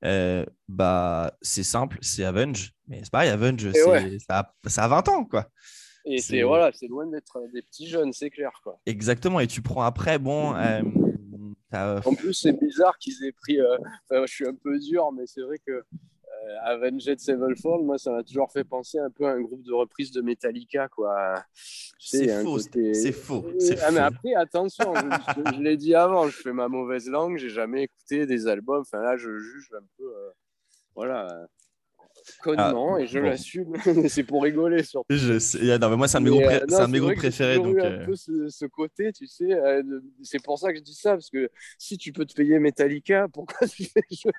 c'est simple, c'est Avenge. Mais c'est pareil, Avenge, et ouais. ça a 20 ans, quoi. Et c'est C'est voilà, c'est loin d'être des petits jeunes, c'est clair, quoi. exactement. Et tu prends après, bon, En plus, c'est bizarre qu'ils aient pris. Enfin, je suis un peu dur, mais c'est vrai que Avenged Sevenfold, moi, ça m'a toujours fait penser un peu à un groupe de reprise de Metallica, quoi. Tu sais, il c'est y a un faux, côté. c'est faux, c'est Ah, mais faux. après, attention, je l'ai dit avant, je fais ma mauvaise langue, j'ai jamais écouté des albums. Enfin, là, je juge un peu, voilà, Ah, connement, et je bon, l'assume. C'est pour rigoler, surtout. je sais. Non, mais moi, Mais c'est non, un de mes c'est groupes vrai que j'ai préférés, toujours eu donc. un peu ce côté, tu sais. C'est pour ça que je dis ça, parce que si tu peux te payer Metallica, pourquoi tu fais jouer.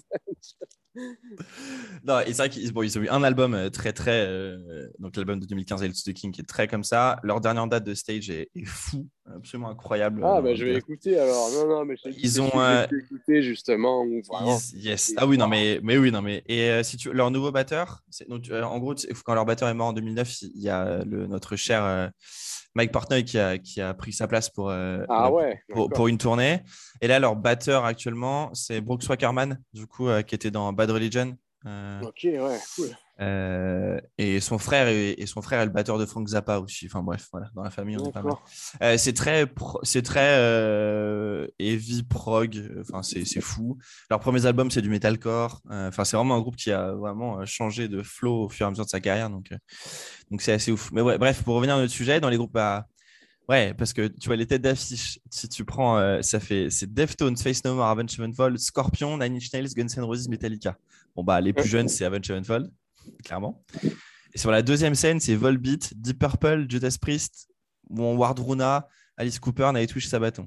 Non, et c'est vrai qu'ils bon, ils ont eu un album très, très. Donc, l'album de 2015, Hail to the King, qui est très comme ça. Leur dernière date de stage est fou, absolument incroyable. Ah, ben je vais écouter alors. Non, non, mais je t'ai dit, Ils c'est ont. celui que j'ai pu écouter, justement, où vraiment. Yes. Et, Ah oui, non, waouh. mais oui, non, mais. Et si leur nouveau batteur, donc, en gros, quand leur batteur est mort en 2009, il y a notre cher Mike Portnoy qui a pris sa place Ah ouais, pour d'accord. une tournée. Et là, leur batteur actuellement, c'est Brooks Wackerman, du coup, qui était dans Bad Religion. Euh, Ok, ouais, cool. et son frère est le batteur de Frank Zappa aussi. Enfin bref, voilà, dans la famille, on est pas mal. D'accord. C'est très heavy prog. Enfin, c'est fou. Leurs premiers albums, c'est du metalcore. Enfin, c'est vraiment un groupe qui a vraiment changé de flow au fur et à mesure de sa carrière. Donc c'est assez ouf. Mais ouais, bref, pour revenir à notre sujet, dans les groupes, ouais, parce que tu vois les têtes d'affiche. Si tu prends, c'est Deftones, Faith No More, Avenged Sevenfold, Scorpion, Nine Inch Nails, Guns N' Roses, Metallica. Bon bah les plus jeunes, c'est Avenged Sevenfold, clairement. Et sur la deuxième scène, c'est Volbeat, Deep Purple, Judas Priest, Wardruna, Alice Cooper, Nightwish, Sabaton.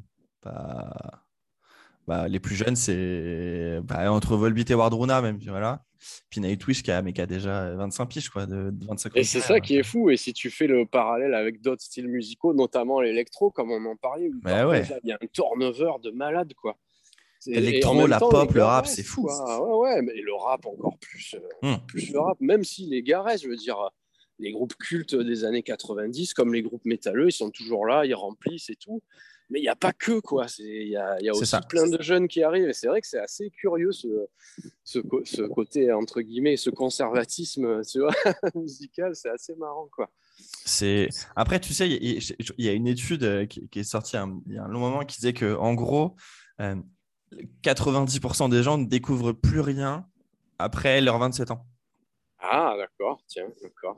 Les plus jeunes, c'est entre Volbeat et Wardruna même, voilà. Puis Nightwish qui a déjà 25 piges, quoi, de 25 ans Et de c'est carrière. ça qui est fou. Et si tu fais le parallèle avec d'autres styles musicaux, notamment l'électro, comme on en parlait, où Mais par contre, ouais, là, il y a un turnover de malade, quoi. Et en l'électro, même la temps, les pop, le gars rap, c'est restent, fou. quoi. Ouais, ouais, mais le rap encore plus, Hmm. plus le rap. Même si les gars restent, je veux dire, les groupes cultes des années 90, comme les groupes métalleux, ils sont toujours là, ils remplissent et tout. Mais il n'y a pas que, quoi. Il y a C'est aussi ça. plein de jeunes qui arrivent. Et c'est vrai que c'est assez curieux, ce côté, entre guillemets, ce conservatisme, tu vois, musical. C'est assez marrant, quoi. Après, tu sais, il y a une étude qui est sortie il y a un long moment qui disait que, en gros, euh, 90% des gens ne découvrent plus rien après leurs 27 ans. Ah, d'accord, tiens, d'accord.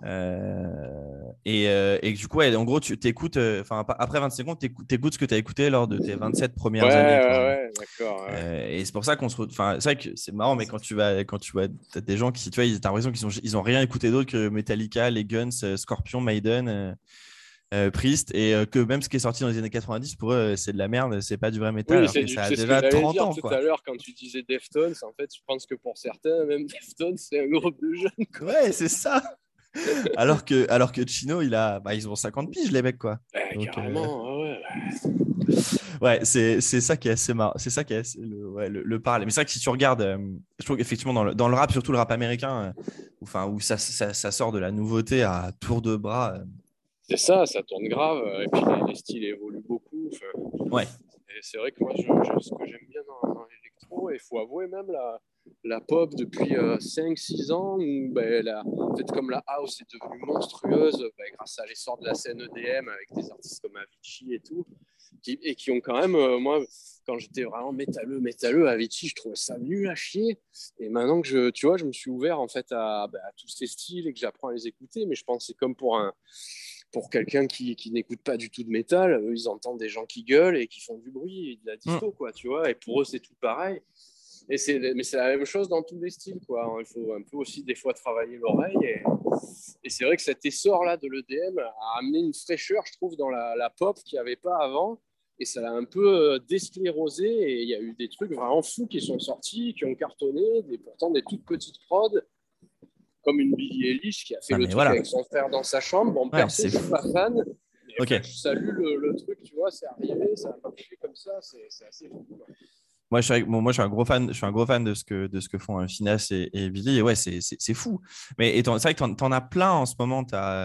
Et du coup, ouais, en gros, tu t'écoutes, après 20 secondes, t'écoutes ce que tu as écouté lors de tes 27 Ouais, premières années, quoi, en gros. ouais, ouais, d'accord. Ouais. Et c'est pour ça qu'on se enfin, c'est vrai que c'est marrant, mais quand tu vois t'as des gens qui, tu vois, t'as l'impression qu'ils ont rien écouté d'autre que Metallica, les Guns, Scorpion, Maiden. Priest, et que même ce qui est sorti dans les années 90, pour eux, c'est de la merde, c'est pas du vrai métal, Oui, alors que ça a c'est ce que déjà j'allais 30 dire ans, tout quoi. à l'heure quand tu disais Deftones. En fait, je pense que pour certains, même Deftones, c'est un groupe de jeunes, quoi. Ouais, c'est ça. Alors que Chino, ils ont 50 piges, les mecs, quoi. Donc, Carrément, ouais. ouais, c'est ça qui est assez marrant. C'est ça qui est ouais, le parallèle. Mais c'est vrai que si tu regardes, je trouve qu'effectivement, dans le rap, surtout le rap américain, où ça sort de la nouveauté à tour de bras. C'est ça tourne grave. Et puis les styles évoluent beaucoup. Ouais. Et c'est vrai que moi, ce que j'aime bien dans l'électro, et il faut avouer même la pop depuis 5-6 ans, où en fait, comme la house est devenue monstrueuse grâce à l'essor de la scène EDM avec des artistes comme Avicii et tout, qui ont quand même, moi, quand j'étais vraiment métalleux, Avicii, je trouvais ça nul à chier. Et maintenant que tu vois, je me suis ouvert en fait à tous ces styles et que j'apprends à les écouter, mais je pense que c'est comme pour quelqu'un qui n'écoute pas du tout de métal, eux, ils entendent des gens qui gueulent et qui font du bruit et de la Mm. disto, quoi, tu vois. Et pour eux, c'est tout pareil. Mais c'est la même chose dans tous les styles, quoi. Il faut un peu aussi des fois travailler l'oreille. Et c'est vrai que cet essor-là de l'EDM a amené une fraîcheur, je trouve, dans la pop qu'il n'y avait pas avant. Et ça l'a un peu désclérosé. Et il y a eu des trucs vraiment fous qui sont sortis, qui ont cartonné, pourtant des toutes petites prods comme une Billie Eilish qui a fait Non, le mais truc voilà. avec son frère dans sa chambre. Bon, Ouais, perso, c'est je suis fou. pas fan. Mais Ok. enfin, je salue le truc, tu vois, c'est arrivé, ça n'a pas fait comme ça, c'est assez fou, quoi. Moi, je suis un gros fan de ce que font Finesse et Billy. Et ouais, c'est fou. Mais c'est vrai que t'en as plein en ce moment.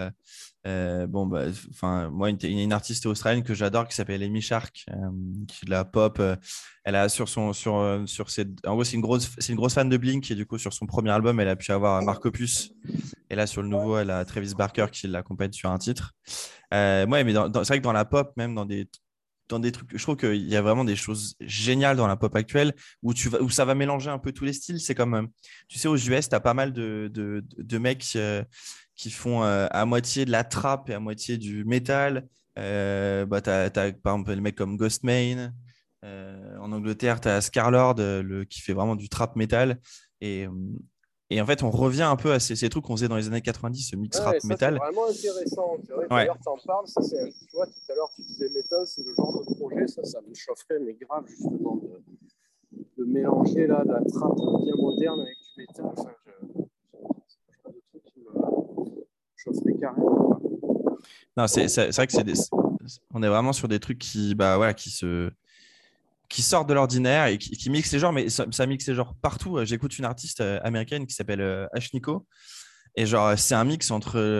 Bon, bah, enfin, moi, une artiste australienne que j'adore qui s'appelle Amy Shark, qui est de la pop. Elle a en gros, c'est une grosse fan de Blink, et du coup, sur son premier album, elle a pu avoir Mark Opus. Et là, sur le nouveau, elle a Travis Barker qui l'accompagne sur un titre. Ouais, mais c'est vrai que dans la pop, même dans des trucs, je trouve qu'il y a vraiment des choses géniales dans la pop actuelle où ça va mélanger un peu tous les styles. C'est comme, tu sais, aux US, tu as pas mal de mecs qui font à moitié de la trap et à moitié du métal. T'as, par exemple, les mecs comme Ghostmane. En Angleterre, tu as Scarlord qui fait vraiment du trap métal. Et, euh, et en fait, on revient un peu à ces trucs qu'on faisait dans les années 90, ce mix Ouais, et rap ça, c'est métal. vraiment intéressant. C'est vrai, Ouais. d'ailleurs, tu en parles, tu vois, tout à l'heure, tu disais métal, c'est le genre de projet, ça me chaufferait, mais grave, justement, de mélanger là, de la trappe bien moderne avec du métal. Enfin, c'est le genre de truc qui me chaufferait carrément, quoi. Non, c'est vrai que on est vraiment sur des trucs voilà, qui sortent de l'ordinaire et qui mixent les genres, mais ça mixe les genres partout. J'écoute une artiste américaine qui s'appelle Ashniko, et genre, c'est un mix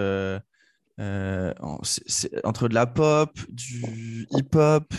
entre de la pop, du hip-hop,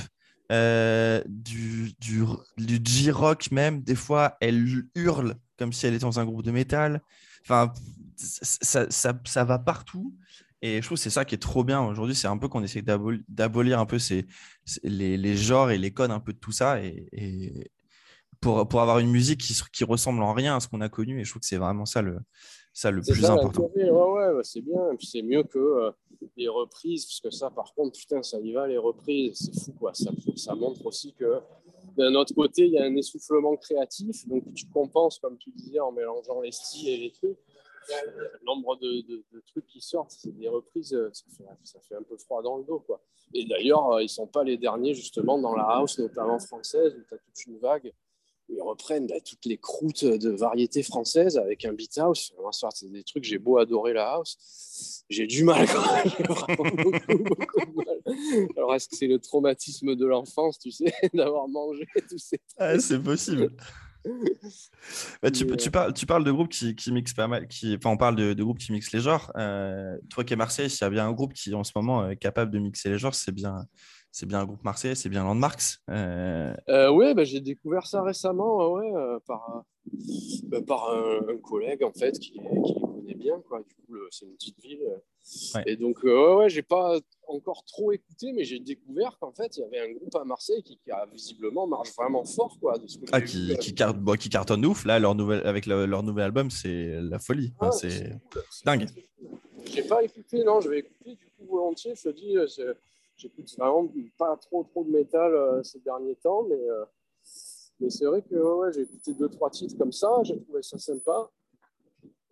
du J-rock même. Des fois, elle hurle comme si elle était dans un groupe de métal. Enfin, ça va partout. Et je trouve que c'est ça qui est trop bien aujourd'hui. C'est un peu qu'on essaie d'abolir un peu les genres et les codes un peu de tout ça. Et pour avoir une musique qui ressemble en rien à ce qu'on a connu. Et je trouve que c'est vraiment ça le C'est plus ça important. l'intérêt, ouais, c'est bien. Et puis c'est mieux que les reprises, parce que ça, par contre, putain, ça y va, les reprises, c'est fou, quoi. Ça montre aussi que d'un autre côté, il y a un essoufflement créatif, donc tu compenses, comme tu disais, en mélangeant les styles et les trucs. Le nombre de trucs qui sortent, c'est des reprises, ça fait un peu froid dans le dos, quoi. Et d'ailleurs, ils sont pas les derniers, justement, dans la house, notamment française, où tu as toute une vague. Ils reprennent toutes les croûtes de variété française avec un beat house. C'est des trucs, j'ai beau adorer la house, j'ai du mal, quoi. J'ai vraiment beaucoup de mal. Alors, est-ce que c'est le traumatisme de l'enfance, tu sais, d'avoir mangé tous ces Ah, trucs? c'est possible. Bah, tu parles de groupes qui mixent pas mal. Enfin, on parle de groupes qui mixent les genres. Toi qui es Marseille, s'il y a bien un groupe qui en ce moment est capable de mixer les genres, c'est bien un groupe marseillais, c'est bien Landmarks. Ouais, j'ai découvert ça récemment, ouais, par un collègue en fait qui les connaît bien, quoi. Du coup, c'est une petite ville. Ouais. Et donc, ouais, j'ai pas encore trop écouté, mais j'ai découvert qu'en fait, il y avait un groupe à Marseille qui a visiblement marche vraiment fort, quoi, de ce que Ah, j'ai vu. qui cartonne de ouf. Là, avec leur nouvel album, c'est la folie. Enfin, Ah, c'est c'est cool, c'est très, dingue. très cool. J'ai pas écouté, non, je vais écouter du coup volontiers. Je te dis, j'écoute vraiment pas trop de métal ces derniers temps, mais c'est vrai que ouais, j'ai écouté deux, trois titres comme ça, j'ai trouvé ça sympa.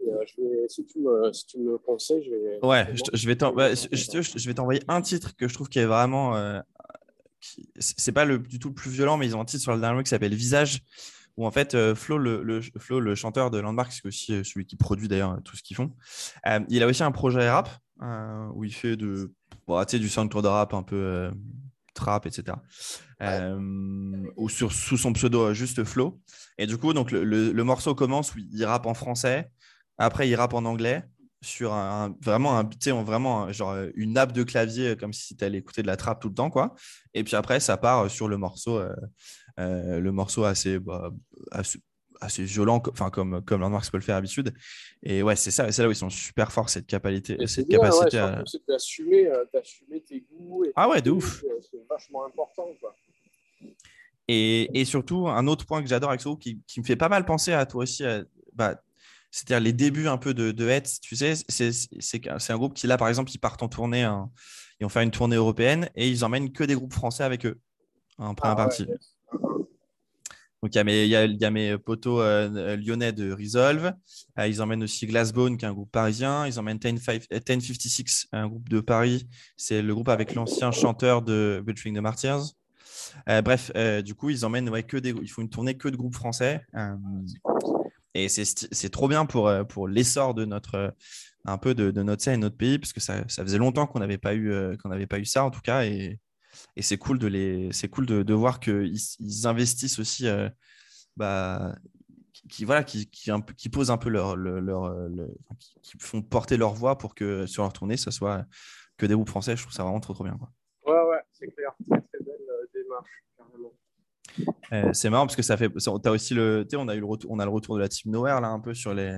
Si tu me conseilles, je vais. Ouais, je vais t'envoyer un titre que je trouve qui est vraiment. C'est pas du tout le plus violent, mais ils ont un titre sur le dernier qui s'appelle Visage, où en fait, Flo, le chanteur de Landmark, c'est aussi celui qui produit d'ailleurs tout ce qu'ils font. Il a aussi un projet rap où il fait bon, tu sais, du soundcloud de rap un peu trap, etc. Ou sous son pseudo juste Flo. Et du coup, donc, le morceau commence où il rappe en français, après il rappe en anglais sur vraiment tu sais, vraiment genre une nappe de clavier comme si tu allais écouter de la trappe tout le temps, quoi. Et puis après, ça part sur le morceau assez violent, enfin comme Landmarks peut le faire d'habitude. Et ouais, c'est là où ils sont super forts, cette capacité, Mais c'est cette bien, ouais, capacité à. surtout c'est d'assumer tes goûts et Ah tes ouais, de trucs, ouf. c'est vachement important, quoi. Et surtout, un autre point que j'adore avec ce groupe qui me fait pas mal penser à toi aussi, c'est-à-dire les débuts un peu de Hetz, tu sais, c'est un groupe qui, là, par exemple, ils partent en tournée, ils vont faire une tournée européenne et ils emmènent que des groupes français avec eux en première Ah ouais, partie. yes. Donc, il y a mes potos lyonnais de Resolve. Ils emmènent aussi Glassbone, qui est un groupe parisien. Ils emmènent 1056, un groupe de Paris. C'est le groupe avec l'ancien chanteur de Between the Martyrs. Bref, du coup, ils emmènent ils font une tournée que de groupes français. Et c'est trop bien pour l'essor de un peu de notre scène et notre pays, parce que ça faisait longtemps qu'on n'avait pas eu ça, en tout cas. Et c'est cool c'est cool de voir qu'ils investissent aussi, bah, qui posent un peu enfin, qui font porter leur voix pour que sur leur tournée, ça soit que des groupes français. Je trouve ça vraiment trop, trop bien, quoi. Ouais, c'est clair. Très, très belle démarche, carrément. C'est marrant parce que t'as aussi tu sais, on a le retour de la Team Nowhere là un peu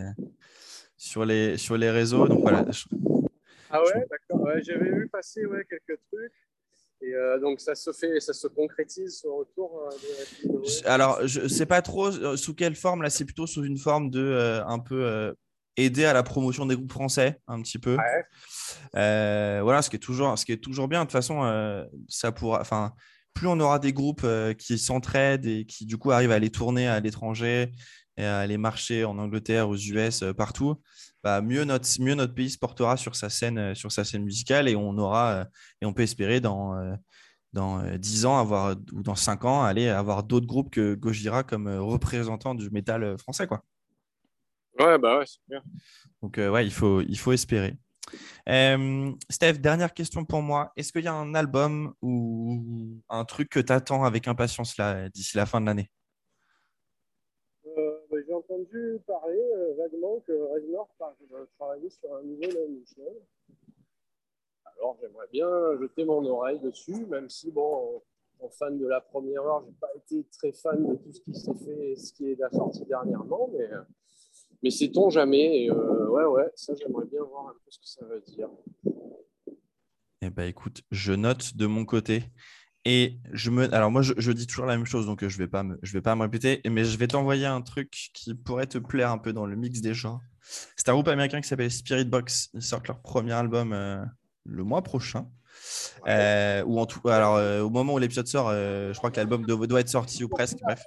sur les réseaux. Donc voilà. Ah Je- ouais, d'accord. Ouais, j'avais vu passer quelques trucs. Et donc, ça se concrétise ce retour de la team Noé. alors, je sais pas trop sous quelle forme. Là, c'est plutôt sous une forme de un peu aider à la promotion des groupes français, un petit peu. Ouais, Voilà, ce qui est toujours bien. De toute façon, enfin, plus on aura des groupes qui s'entraident et qui du coup arrivent à aller tourner à l'étranger et à aller marcher en Angleterre, aux US, partout, bah, mieux notre pays se portera sur sa scène musicale et et on peut espérer dans 10 ans ou dans 5 ans aller avoir d'autres groupes que Gojira comme représentants du métal français, quoi. ouais, bah ouais, c'est clair. Donc ouais, il faut espérer. Steph, dernière question pour moi. Est-ce qu'il y a un album ou un truc que tu attends avec impatience là, d'ici la fin de l'année? Bah, j'ai entendu parler vaguement que Reznor travaillait sur un nouveau Nine Inch Nails. Alors, j'aimerais bien jeter mon oreille dessus, même si, bon, en fan de la première heure, j'ai pas été très fan de tout ce qui s'est fait et ce qui est sorti dernièrement, mais sait-on jamais. Et, ouais, ça, j'aimerais bien voir un peu ce que ça veut dire. Eh ben, écoute, je note de mon côté. Alors moi, je dis toujours la même chose, donc je vais pas me répéter, mais je vais t'envoyer un truc qui pourrait te plaire un peu dans le mix des genres. C'est un groupe américain qui s'appelle Spirit Box. Ils sortent leur premier album le mois prochain. Ouais. Ou alors, au moment où l'épisode sort, je crois que l'album doit être sorti ou presque. Bref.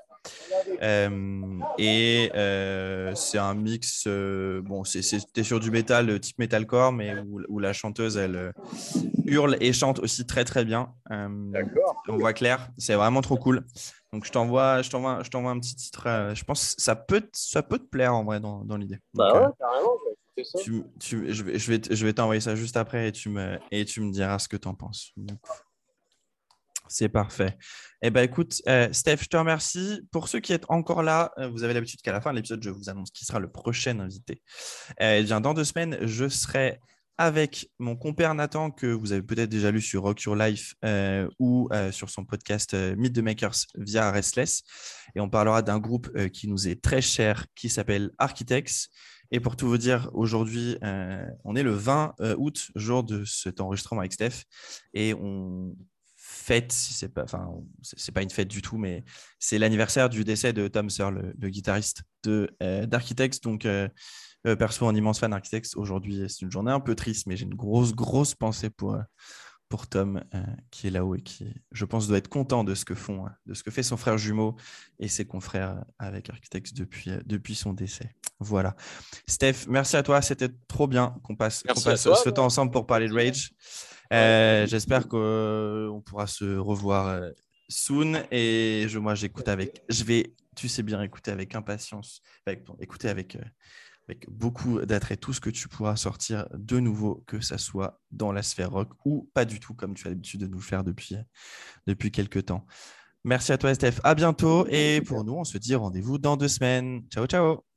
C'est un mix. Bon, c'était sur du métal, type metalcore, mais où la chanteuse, elle hurle et chante aussi très très bien. D'accord. On voit clair. C'est vraiment trop cool. Donc, je t'envoie un petit titre. Je pense que ça peut te plaire en vrai dans l'idée. Donc, Bah ouais, carrément, je vais écouter ça. je vais t'envoyer ça juste après et tu me diras ce que tu en penses. Donc, c'est parfait. Eh ben, écoute, Steph, je te remercie. Pour ceux qui êtes encore là, vous avez l'habitude qu'à la fin de l'épisode, je vous annonce qui sera le prochain invité. Eh bien, dans 2 semaines, je serai avec mon compère Nathan, que vous avez peut-être déjà lu sur Rock Your Life ou sur son podcast Meet the Makers via Restless. Et on parlera d'un groupe qui nous est très cher, qui s'appelle Architects. Et pour tout vous dire, aujourd'hui, on est le 20 août, jour de cet enregistrement avec Steph. Et on fête, si c'est pas une fête du tout, mais c'est l'anniversaire du décès de Tom Searle, le guitariste d'Architects. Donc, perso, un immense fan d'Architects. Aujourd'hui, c'est une journée un peu triste, mais j'ai une grosse pensée pour Tom qui est là-haut et qui, je pense, doit être content de ce que font, de ce que fait son frère jumeau et ses confrères avec Architects depuis son décès. Voilà. Steph, merci à toi. C'était trop bien qu'on passe ce temps ensemble pour parler de Rage. J'espère qu'on pourra se revoir soon. Et je vais, tu sais bien, écouter avec impatience, écouter avec beaucoup d'attrait tout ce que tu pourras sortir de nouveau, que ça soit dans la sphère rock ou pas du tout, comme tu as l'habitude de nous le faire depuis quelques temps. Merci à toi, Steph. À bientôt. Et pour nous, on se dit rendez-vous dans 2 semaines. Ciao, ciao.